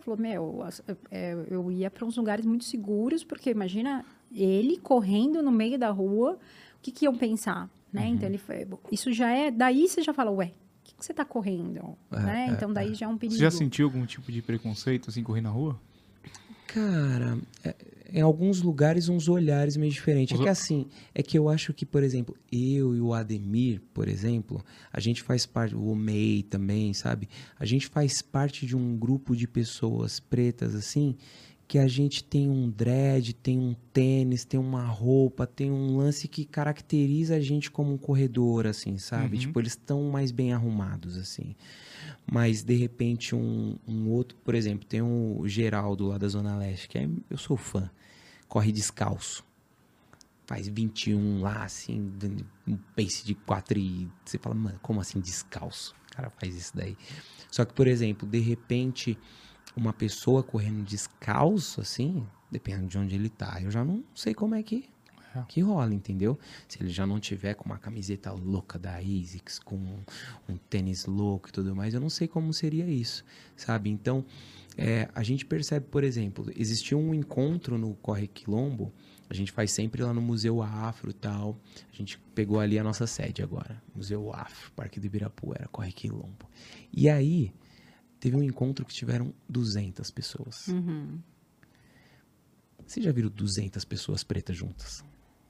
eu ia para uns lugares muito seguros, porque imagina ele correndo no meio da rua, o que iam pensar? Né? Então, isso já é... Daí você já fala, que você está correndo, né? Então, daí já é um perigo. Você já sentiu algum tipo de preconceito, assim, correndo na rua? Cara, em alguns lugares, uns olhares meio diferentes. É que eu acho que, por exemplo, eu e o Ademir, por exemplo, a gente faz parte, o Omei também, sabe? A gente faz parte de um grupo de pessoas pretas, assim, que a gente tem um dread, tem um tênis, tem uma roupa, tem um lance que caracteriza a gente como um corredor, assim, sabe? Tipo, eles estão mais bem arrumados, assim. Mas, de repente, um outro... Por exemplo, tem o Geraldo lá da Zona Leste, que eu sou fã. Corre descalço. Faz 21 lá, assim, um pace de 4 e... Você fala, mano, como assim descalço? O cara faz isso daí. Só que, por exemplo, de repente... uma pessoa correndo descalço, assim, dependendo de onde ele tá, eu já não sei como é que rola, entendeu? Se ele já não tiver com uma camiseta louca da ASICS, com um tênis louco e tudo mais, eu não sei como seria isso, sabe? Então, a gente percebe, por exemplo, existiu um encontro no Corre Quilombo, a gente faz sempre lá no Museu Afro e tal, a gente pegou ali a nossa sede agora, Museu Afro, Parque do Ibirapuera, Corre Quilombo. E aí... teve um encontro que tiveram 200 pessoas. Uhum. Vocês já viram 200 pessoas pretas juntas?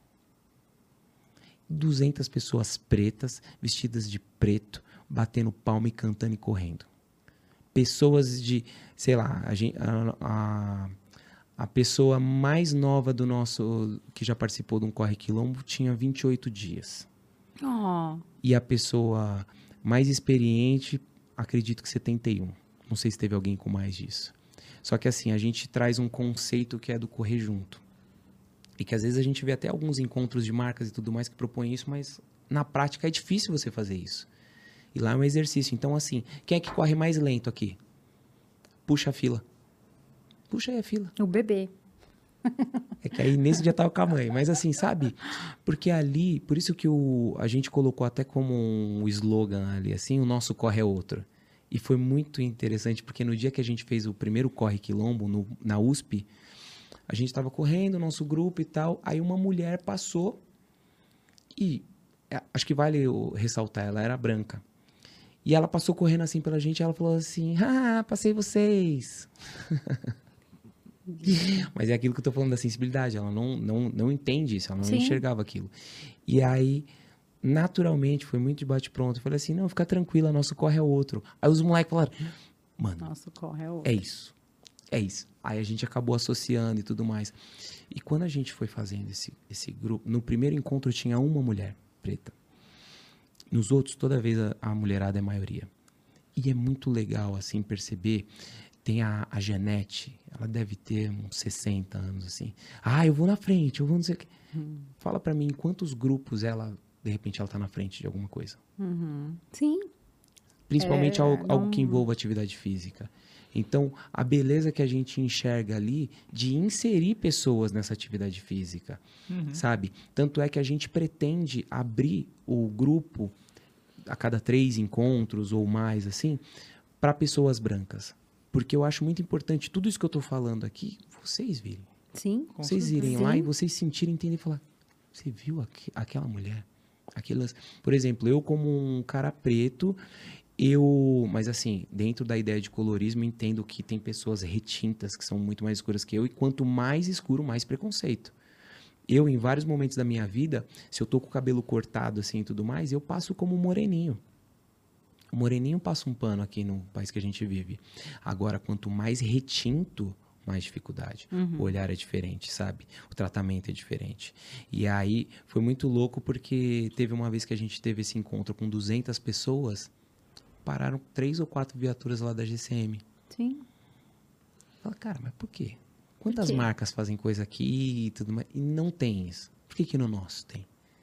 200 pessoas pretas, vestidas de preto, batendo palma e cantando e correndo. Pessoas de, sei lá, a pessoa mais nova do nosso, que já participou de um Corre Quilombo, tinha 28 dias. Oh. E a pessoa mais experiente, acredito que 71. Não sei se teve alguém com mais disso. Só que assim, a gente traz um conceito que é do correr junto. E que às vezes a gente vê até alguns encontros de marcas e tudo mais que propõem isso, mas na prática é difícil você fazer isso. E lá é um exercício. Então assim, quem é que corre mais lento aqui? Puxa a fila. Puxa aí a fila. O bebê. É que aí nesse dia tava com a mãe. Mas assim, sabe? Porque ali, por isso que a gente colocou até como um slogan ali, assim, o nosso corre é outro. E foi muito interessante, porque no dia que a gente fez o primeiro Corre Quilombo, na USP, a gente tava correndo, nosso grupo e tal, aí uma mulher passou e, acho que vale eu ressaltar, ela era branca. E ela passou correndo assim pela gente e ela falou assim, passei vocês. Mas é aquilo que eu tô falando da sensibilidade, ela não entende isso, ela não enxergava aquilo. E aí, naturalmente, foi muito de bate-pronto. Eu falei assim, não, fica tranquila, nosso corre é outro. Aí os moleques falaram, mano, nosso corre é outro. É isso. Aí a gente acabou associando e tudo mais. E quando a gente foi fazendo esse grupo, no primeiro encontro tinha uma mulher preta. Nos outros, toda vez a mulherada é a maioria. E é muito legal, assim, perceber. Tem a Janete, ela deve ter uns 60 anos, assim. Eu vou na frente, eu vou não sei o quê. Fala pra mim, quantos grupos de repente, ela tá na frente de alguma coisa? Uhum. Sim. Principalmente algo que envolva atividade física. Então, a beleza que a gente enxerga ali de inserir pessoas nessa atividade física, sabe? Tanto é que a gente pretende abrir o grupo a cada 3 encontros ou mais, assim, para pessoas brancas. Porque eu acho muito importante tudo isso que eu tô falando aqui, vocês virem. Sim. Vocês irem lá e vocês sentirem, entender e falar, você viu aquela mulher? Por exemplo, eu como um cara preto, mas assim, dentro da ideia de colorismo, entendo que tem pessoas retintas que são muito mais escuras que eu, e quanto mais escuro, mais preconceito. Eu, em vários momentos da minha vida, se eu tô com o cabelo cortado assim e tudo mais, eu passo como moreninho. O moreninho passa um pano aqui no país que a gente vive. Agora, quanto mais retinto, mais dificuldade. O olhar é diferente, sabe? O tratamento é diferente. E aí, foi muito louco porque teve uma vez que a gente teve esse encontro com 200 pessoas, pararam 3 ou 4 viaturas lá da GCM. Sim. Fala, cara, mas por quê? Quantas marcas fazem coisa aqui e tudo mais? E não tem isso. Por que no nosso tem?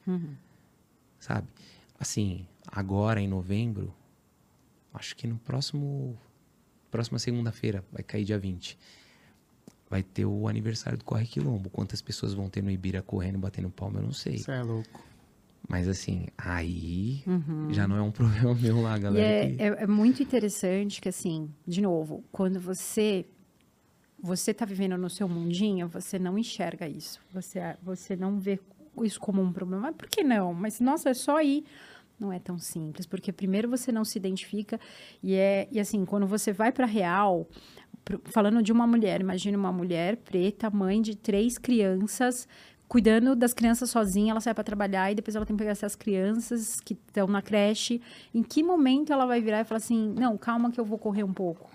Sabe? Assim, agora em novembro, acho que no próxima segunda-feira, vai cair dia 20, vai ter o aniversário do Corre Quilombo. Quantas pessoas vão ter no Ibira correndo, batendo palma, eu não sei. Isso é louco. Mas assim, aí já não é um problema meu lá, galera. E é muito interessante que, assim, de novo, quando você tá vivendo no seu mundinho, você não enxerga isso. Você não vê isso como um problema. Mas por que não? Mas, nossa, é só ir. Não é tão simples, porque primeiro você não se identifica e assim, quando você vai para real, falando de uma mulher, imagine uma mulher preta, mãe de 3 crianças, cuidando das crianças sozinha, ela sai para trabalhar e depois ela tem que pegar essas crianças que estão na creche. Em que momento ela vai virar e falar assim, não, calma que eu vou correr um pouco?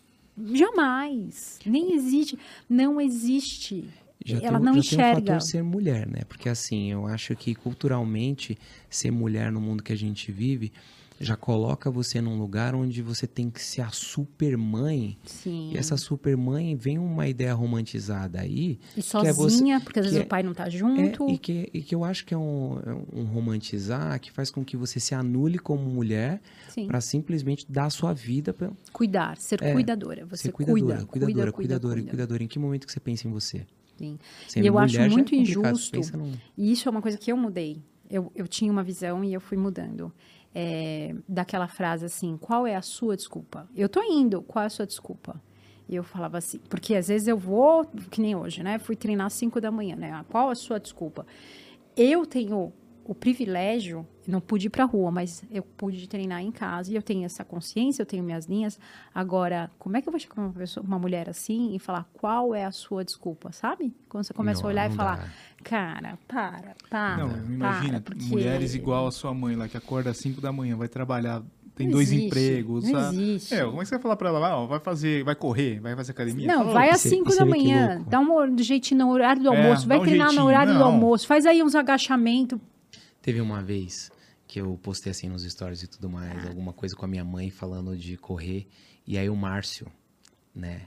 Jamais. Nem existe. Não existe. Ela não enxerga. Tem o fator ser mulher, né? Porque assim, eu acho que culturalmente ser mulher no mundo que a gente vive já coloca você num lugar onde você tem que ser a super mãe. Sim. E essa super mãe vem uma ideia romantizada aí. E sozinha, porque às vezes o pai não tá junto. E que eu acho que é um romantizar que faz com que você se anule como mulher para simplesmente dar a sua vida para cuidar, ser cuidadora. Você ser cuidadora. Em que momento que você pensa em você? Sim. E eu acho muito injusto. E isso é uma coisa que eu mudei. Eu tinha uma visão e eu fui mudando. Daquela frase assim, qual é a sua desculpa? Eu tô indo, qual é a sua desculpa? E eu falava assim, porque às vezes eu vou, que nem hoje, né? Fui treinar às 5 da manhã, né? Qual a sua desculpa? Eu tenho o privilégio, não pude ir pra rua, mas eu pude treinar em casa e eu tenho essa consciência, eu tenho minhas linhas. Agora, como é que eu vou chegar uma mulher assim e falar qual é a sua desculpa, sabe? Quando você começa a olhar e falar, dá. cara, para. Não, imagina, porque mulheres igual a sua mãe lá, que acorda às 5 da manhã, vai trabalhar, tem não 2 existe, empregos. não sabe? existe. Como é que você vai falar pra ela, vai correr, vai fazer academia? Não, Fala, vai às Isso 5 da seria que manhã, louco. dá um jeitinho no horário do almoço, vai dá um treinar no jeitinho. horário do Não. almoço, faz aí uns agachamentos. Teve uma vez que eu postei assim nos stories e tudo mais, alguma coisa com a minha mãe falando de correr. E aí o Márcio, né,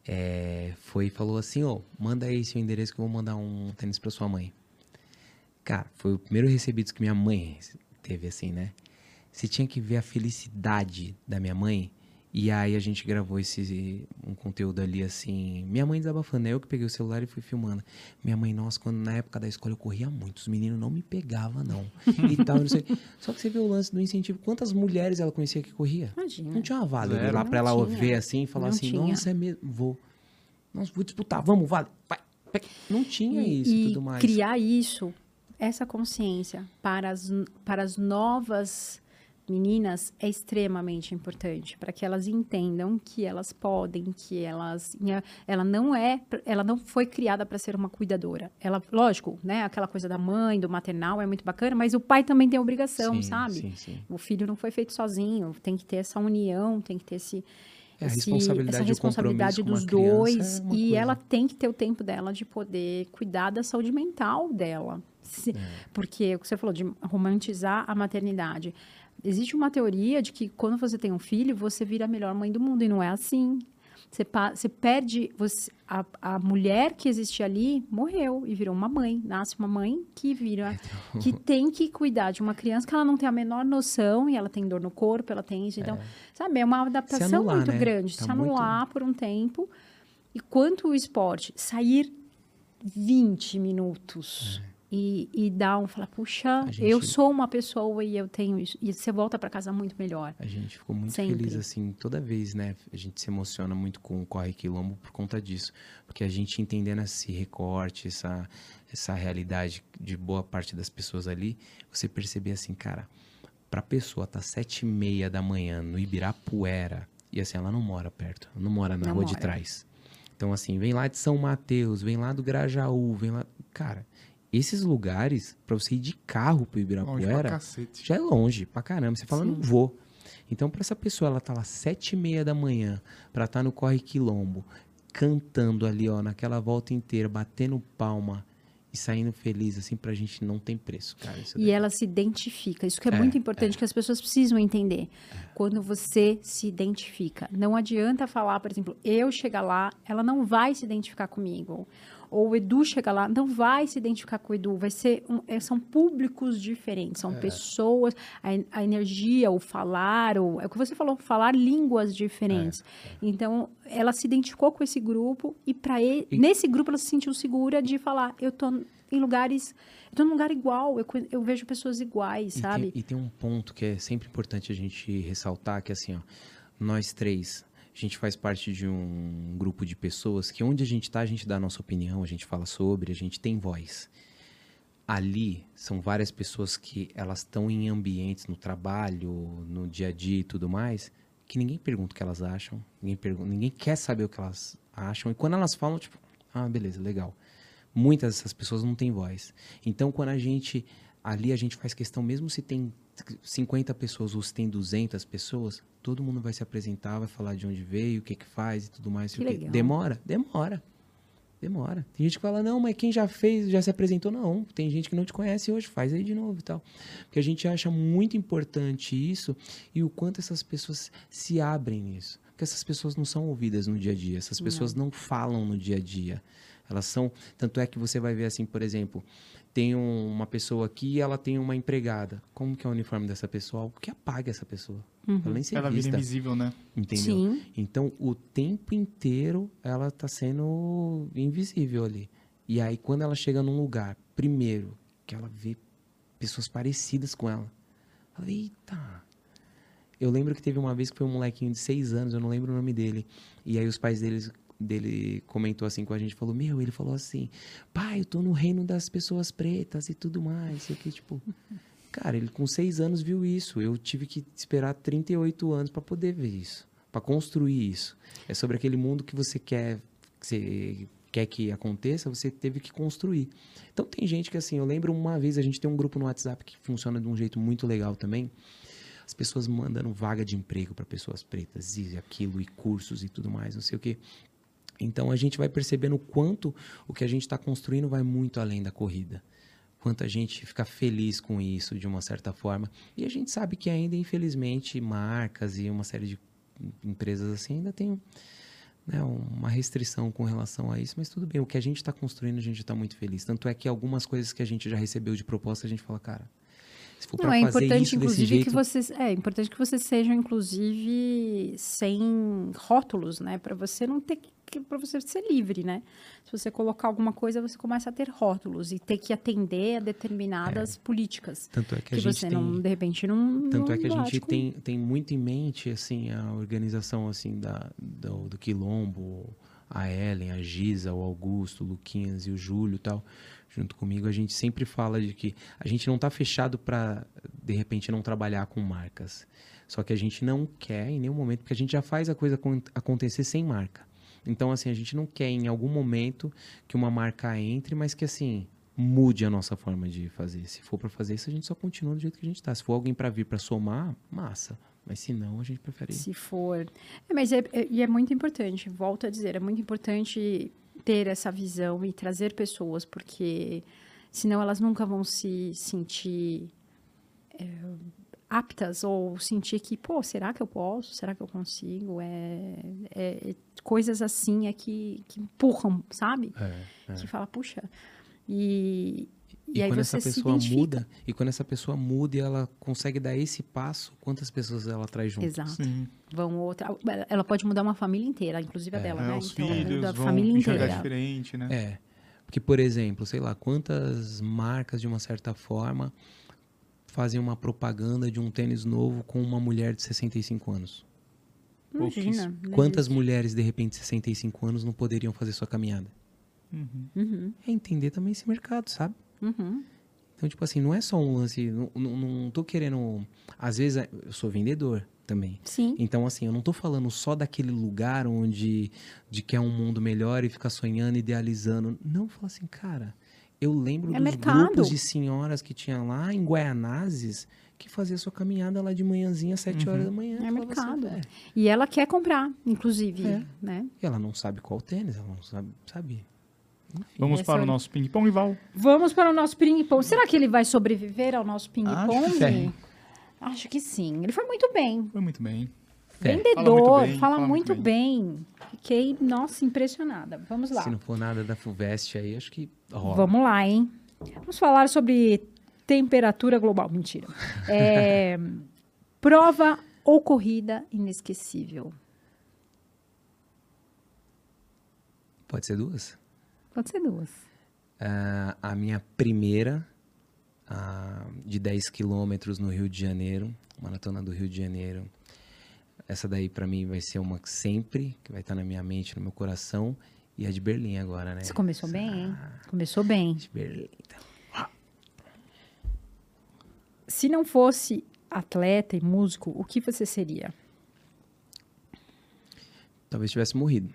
foi e falou assim, manda aí seu endereço que eu vou mandar um tênis pra sua mãe. Cara, foi o primeiro recebido que minha mãe teve assim, né? Você tinha que ver a felicidade da minha mãe. E aí a gente gravou um conteúdo ali assim, minha mãe desabafando, eu que peguei o celular e fui filmando. Minha mãe, nossa, quando na época da escola eu corria muito, os meninos não me pegavam não. E tal, não sei. Só que você vê o lance do incentivo, quantas mulheres ela conhecia que corria? Imagina. Não tinha uma vaga Zero. lá pra ela Não tinha. ver assim e falar Não assim, tinha. nossa, é mesmo, vou disputar, vamos, vale, vai. Não tinha isso e tudo mais. Criar isso, essa consciência para as novas meninas é extremamente importante, para que elas entendam que elas podem, que ela não foi criada para ser uma cuidadora. Ela, lógico, né, aquela coisa da mãe, do maternal é muito bacana, mas o pai também tem obrigação, Sim, sabe? sim. O filho não foi feito sozinho, tem que ter essa união, tem que ter A responsabilidade, essa e o responsabilidade compromisso dos com uma criança dois é uma e coisa. ela tem que ter o tempo dela de poder cuidar da saúde mental dela. Porque o que você falou de romantizar a maternidade. Existe uma teoria de que quando você tem um filho, você vira a melhor mãe do mundo e não é assim. Você perde a mulher que existia ali morreu e virou uma mãe, nasce uma mãe que que tem que cuidar de uma criança que ela não tem a menor noção e ela tem dor no corpo, ela tem isso, então, sabe, é uma adaptação anular, muito né? grande, Tá se anular por um tempo. E quanto o esporte sair 20 minutos e dar falar, puxa, eu sou uma pessoa e eu tenho isso, e você volta para casa muito melhor. A gente ficou muito Sempre. feliz, assim, toda vez, né? A gente se emociona muito com o Corre Quilombo por conta disso. Porque a gente entendendo esse recorte, essa realidade de boa parte das pessoas ali, você perceber assim, cara, pra pessoa tá 7h30 da manhã no Ibirapuera, e assim, ela não mora perto, ela não mora na rua de trás. Então, assim, vem lá de São Mateus, vem lá do Grajaú, vem lá... Cara, esses lugares, pra você ir de carro pro Longe pra Ibirapuera, cacete. já é longe pra caramba. Você fala, Sim. não vou. Então, pra essa pessoa, ela tá lá 7h30 da manhã, pra estar no Corre Quilombo, cantando ali, ó, naquela volta inteira, batendo palma e saindo feliz, assim, pra gente não tem preço, cara. Isso E daí. ela se identifica. Isso que é muito importante, que as pessoas precisam entender. Quando você se identifica. Não adianta falar, por exemplo, eu chegar lá, ela não vai se identificar comigo. Ou o Edu chega lá, não vai se identificar com o Edu. São públicos diferentes, são pessoas, a energia, o falar, é o que você falou, falar línguas diferentes. Então, ela se identificou com esse grupo e nesse grupo ela se sentiu segura de falar, eu tô num lugar igual, eu vejo pessoas iguais, sabe? E tem um ponto que é sempre importante a gente ressaltar, que é assim, ó, nós três, a gente faz parte de um grupo de pessoas que onde a gente tá, a gente dá a nossa opinião, a gente fala sobre, a gente tem voz. Ali são várias pessoas que elas estão em ambientes no trabalho, no dia a dia e tudo mais, que ninguém pergunta o que elas acham, ninguém quer saber o que elas acham. E quando elas falam, tipo, beleza, legal. Muitas dessas pessoas não têm voz. Então, quando a gente faz questão, mesmo se tem 50 pessoas ou se tem 200 pessoas, todo mundo vai se apresentar, vai falar de onde veio, o que faz e tudo mais. Que legal. Demora. Tem gente que fala, não, mas quem já fez, já se apresentou. Não, tem gente que não te conhece hoje, faz aí de novo e tal. Porque a gente acha muito importante isso e o quanto essas pessoas se abrem nisso. Porque essas pessoas não são ouvidas no dia a dia, essas pessoas não falam no dia a dia. Elas são, tanto é que você vai ver assim, por exemplo, tem uma pessoa aqui e ela tem uma empregada. Como que é o uniforme dessa pessoa? Algo que apaga essa pessoa. Ela nem se Ela vista. vira invisível, né? Entendeu? Sim. Então, o tempo inteiro ela tá sendo invisível ali. E aí, quando ela chega num lugar, primeiro, que ela vê pessoas parecidas com ela, ela, eita... Eu lembro que teve uma vez que foi um molequinho de 6 anos, eu não lembro o nome dele. E aí os pais deles dele comentou assim com a gente, falou, ele falou assim, pai, eu tô no reino das pessoas pretas e tudo mais, e que tipo, cara, ele com 6 anos viu isso, eu tive que esperar 38 anos para poder ver isso, para construir isso. É sobre aquele mundo que você quer que aconteça, você teve que construir. Então tem gente que assim, eu lembro uma vez, a gente tem um grupo no WhatsApp que funciona de um jeito muito legal também, as pessoas mandando vaga de emprego para pessoas pretas, e aquilo, e cursos e tudo mais, não sei o quê. Então a gente vai percebendo o quanto o que a gente está construindo vai muito além da corrida. Quanto a gente fica feliz com isso de uma certa forma. E a gente sabe que ainda, infelizmente, marcas e uma série de empresas assim ainda tem, né, uma restrição com relação a isso, mas tudo bem. O que a gente está construindo, a gente está muito feliz. Tanto é que algumas coisas que a gente já recebeu de proposta, a gente fala, cara, se for para fazer isso desse jeito... É importante que vocês sejam, inclusive, sem rótulos, né? Para você não ter para você ser livre, né? Se você colocar alguma coisa, você começa a ter rótulos e ter que atender a determinadas políticas. Tanto é que a gente você tem... não, de repente, não... Tanto não é que a gente com... tem muito em mente, assim, a organização, assim, do Quilombo, a Ellen, a Giza, o Augusto, o Luquinhas e o Júlio e tal, junto comigo, a gente sempre fala de que a gente não está fechado para, de repente, não trabalhar com marcas. Só que a gente não quer em nenhum momento, porque a gente já faz a coisa acontecer sem marca. Então, assim, a gente não quer em algum momento que uma marca entre, mas que, assim, mude a nossa forma de fazer. Se for para fazer isso, a gente só continua do jeito que a gente está. Se for alguém para vir para somar, massa. Mas se não, a gente prefere... Se for... Mas é muito importante, volto a dizer, é muito importante ter essa visão e trazer pessoas, porque senão elas nunca vão se sentir aptas ou sentir que, pô, será que eu posso? Será que eu consigo? Coisas assim que empurram, sabe? Que fala, puxa... E aí quando você essa pessoa se muda, e quando essa pessoa muda e ela consegue dar esse passo, quantas pessoas ela traz junto? Exato. Sim. Ela pode mudar uma família inteira, inclusive a dela, né? Os Então, filhos muda a vão família enxergar inteira. diferente, né? Porque, por exemplo, sei lá, quantas marcas, de uma certa forma, fazem uma propaganda de um tênis novo com uma mulher de 65 anos? Imagina. Quantas mulheres, de repente, de 65 anos não poderiam fazer sua caminhada? É entender também esse mercado, sabe? Então, tipo assim, não é só um lance... Não tô querendo... Às vezes, eu sou vendedor também. Sim. Então, assim, eu não tô falando só daquele lugar onde... de que é um mundo melhor e ficar sonhando, idealizando. Não, eu falo assim, cara... Eu lembro dos grupos de senhoras que tinha lá em Guaianazes que fazia sua caminhada lá de manhãzinha, às 7 horas da manhã. É mercado. Assim, e ela quer comprar, inclusive, né? E ela não sabe qual tênis, ela não sabe... Enfim, vamos para o nosso ping-pong, Val? Vamos para o nosso ping-pong. Será que ele vai sobreviver ao nosso ping-pong? Acho que sim. Ele foi muito bem. Foi muito bem. Vendedor, fala muito bem. Fiquei, nossa, impressionada. Vamos lá. Se não for nada da FUVEST aí, acho que rola. Vamos lá, hein? Vamos falar sobre temperatura global. Mentira. Prova ou corrida inesquecível? Pode ser duas? Pode ser duas. A minha primeira, de 10 quilômetros no Rio de Janeiro, Maratona do Rio de Janeiro. Essa daí, pra mim, vai ser uma sempre, que vai estar na minha mente, no meu coração. E a de Berlim agora, né? Você começou bem, hein? Começou bem. De Berlim. Então. Se não fosse atleta e músico, o que você seria? Talvez tivesse morrido.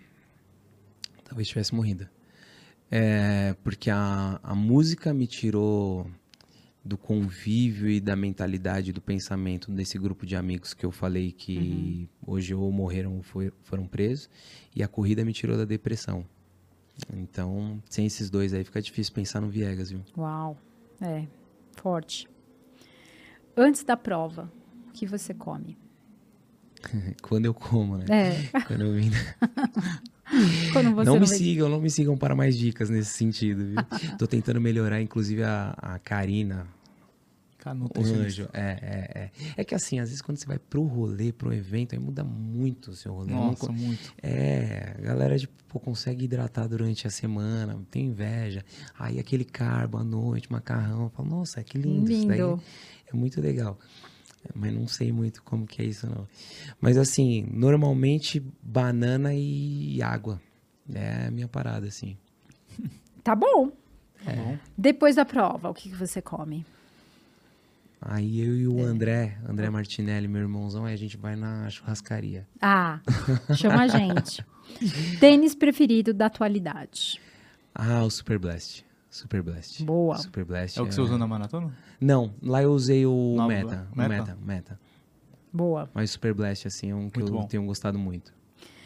Porque a música me tirou do convívio e da mentalidade, do pensamento desse grupo de amigos que eu falei que hoje ou morreram ou foram presos. E a corrida me tirou da depressão. Então, sem esses dois aí, fica difícil pensar no Viegas, viu? Uau, forte. Antes da prova, o que você come? Quando eu como, né? Quando eu vim... Quando você não me sigam para mais dicas nesse sentido, viu? Tô tentando melhorar, inclusive a Karina, o anjo. É que assim, às vezes quando você vai pro rolê, pro evento, aí muda muito o seu rolê. Nossa, muito. A galera, tipo, consegue hidratar durante a semana, tem inveja. Aí aquele carbo à noite, macarrão, eu falo, nossa, que lindo. Isso daí é muito legal. Mas não sei muito como que é isso, não. Mas assim, normalmente banana e água. É a minha parada, assim. Tá bom. Tá bom. Depois da prova, o que você come? Aí eu e o André Martinelli, meu irmãozão, aí a gente vai na churrascaria. Ah, chama a gente. Tênis preferido da atualidade. Ah, o Super Blast. Super Blast. Boa. Super Blast. É o que você usou na maratona? Não, lá eu usei o Nova- Meta. O Meta? Meta. Boa. Mas o Super Blast, assim, é um que Muito eu bom. tenho gostado muito.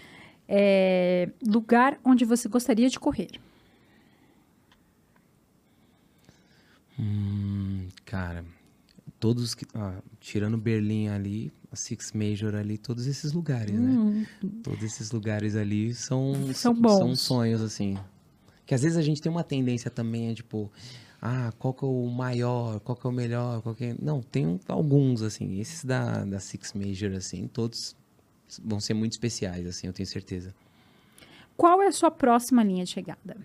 Lugar onde você gostaria de correr. Cara, todos que... tirando Berlim ali, a Six Major ali, todos esses lugares, né? Todos esses lugares ali são bons. São sonhos, assim. Que às vezes a gente tem uma tendência também, tipo... qual que é o maior, qual que é o melhor, qual que é... Não, tem alguns, assim. Esses da Six Major, assim, todos vão ser muito especiais, assim, eu tenho certeza. Qual é a sua próxima linha de chegada?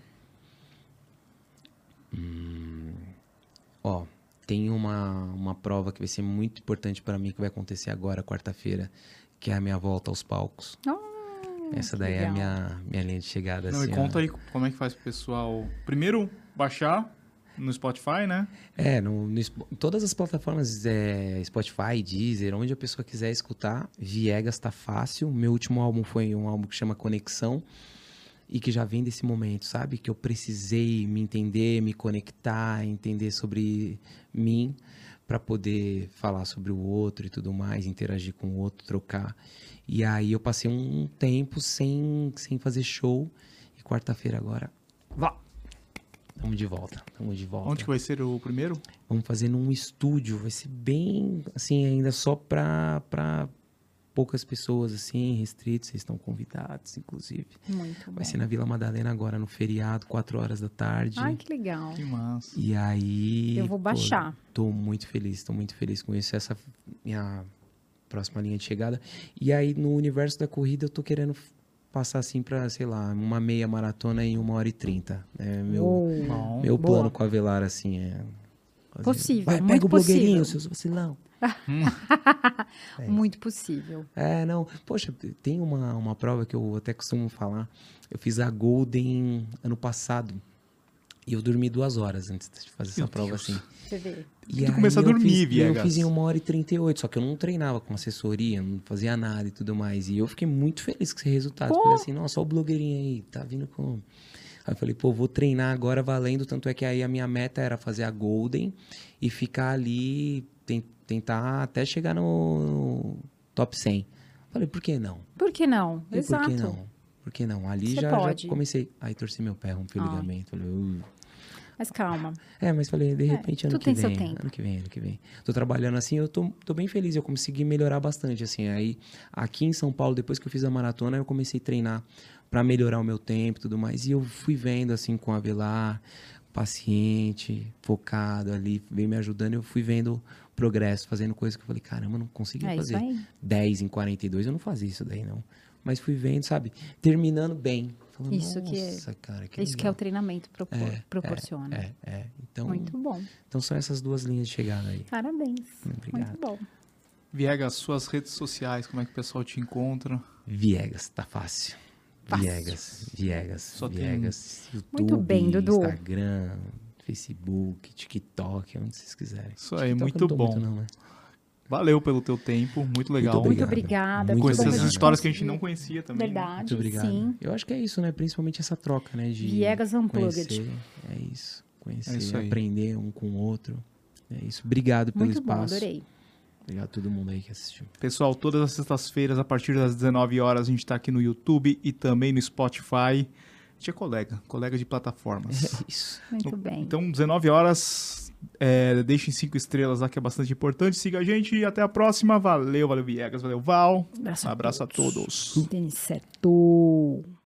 Tem uma prova que vai ser muito importante para mim, que vai acontecer agora, quarta-feira, que é a minha volta aos palcos. Essa daí é a minha linha de chegada. Não, assim, e conta aí como é que faz pro pessoal... Primeiro, baixar no Spotify, né? Todas as plataformas, Spotify, Deezer, onde a pessoa quiser escutar, Viegas tá fácil. Meu último álbum foi um álbum que chama Conexão, e que já vem desse momento, sabe? Que eu precisei me entender, me conectar, entender sobre mim, para poder falar sobre o outro e tudo mais, interagir com o outro, trocar. E aí eu passei um tempo sem fazer show, e quarta-feira agora, Tamo de volta. Onde que vai ser o primeiro? Vamos fazer num estúdio, vai ser bem, assim, ainda só pra poucas pessoas, assim, restritos, vocês estão convidados, inclusive. Muito bom. Vai ser na Vila Madalena agora, no feriado, 4 horas da tarde. Ai, que legal. Que massa. E aí... Eu vou baixar. Tô muito feliz com isso. Essa é minha próxima linha de chegada. E aí, no universo da corrida, eu tô querendo passar, assim, pra, sei lá, uma meia maratona em 1h30. É Bom. meu Boa. plano com a Avelar, assim, é... fazer- Possível, Vai, muito pega o blogueirinho, possível. seus vacilão. Muito possível. Não. Poxa, tem uma prova que eu até costumo falar. Eu fiz a Golden ano passado. E eu dormi 2 horas antes de fazer essa Meu prova, Deus. assim. Você vê. E Tu aí começou a dormir, eu Viegas. fiz em 1h38, só que eu não treinava com assessoria, não fazia nada e tudo mais. E eu fiquei muito feliz com esse resultado. Falei assim, nossa, olha o blogueirinho aí, tá vindo com... Aí eu falei, vou treinar agora valendo. Tanto é que aí a minha meta era fazer a Golden e ficar ali, tentar até chegar no top 100. Falei, por que não? Por que não? E Exato. por que não? Por que não? Ali Você já pode. comecei. Aí torci meu pé, rompi o ligamento. Falei, Mas calma. mas falei, de repente, ano tudo que tem seu vem. tempo. Ano que vem. Tô trabalhando assim, eu tô bem feliz. Eu consegui melhorar bastante, assim. Aí, aqui em São Paulo, depois que eu fiz a maratona, eu comecei a treinar pra melhorar o meu tempo e tudo mais. E eu fui vendo, assim, com o Avelar, paciente, focado ali, veio me ajudando. Eu fui vendo progresso, fazendo coisas que eu falei, caramba, eu não conseguia É isso fazer aí. 10 em 42, eu não fazia isso daí, não. Mas fui vendo, sabe? Terminando bem. Falando, Isso que é- nossa, cara, que Isso que é o legal. treinamento proporciona. Então, Muito bom. então são essas 2 linhas de chegada aí. Parabéns. Obrigado. Muito bom. Viegas, suas redes sociais, como é que o pessoal te encontra? Viegas, tá fácil. Fácil. Viegas. Só tem- Viegas. YouTube, Muito bem, Dudu. Instagram, Facebook, TikTok, onde vocês quiserem. Isso aí, TikTok eu muito não tô bom. muito, não, né? Valeu pelo teu tempo, muito legal. Muito Obrigado. obrigada. Muito que Com bom essas que a gente histórias que a gente conseguiu. não conhecia também. né? Verdade, Muito obrigado. sim. Eu acho que é isso, né? Principalmente essa troca, né? De Viegas Unplugged. conhecer. É isso. Conhecer, É isso aí. aprender um com o outro. É isso. Obrigado pelo Muito bom, espaço. adorei. Obrigado a todo mundo aí que assistiu. Pessoal, todas as sextas-feiras, a partir das 19 horas, a gente tá aqui no YouTube e também no Spotify. A gente é colega de plataformas. Isso. Muito bem. Então, 19 horas, deixem 5 estrelas lá, que é bastante importante. Siga a gente e até a próxima. Valeu Viegas, valeu Val. Um abraço a todos. Tênis certo.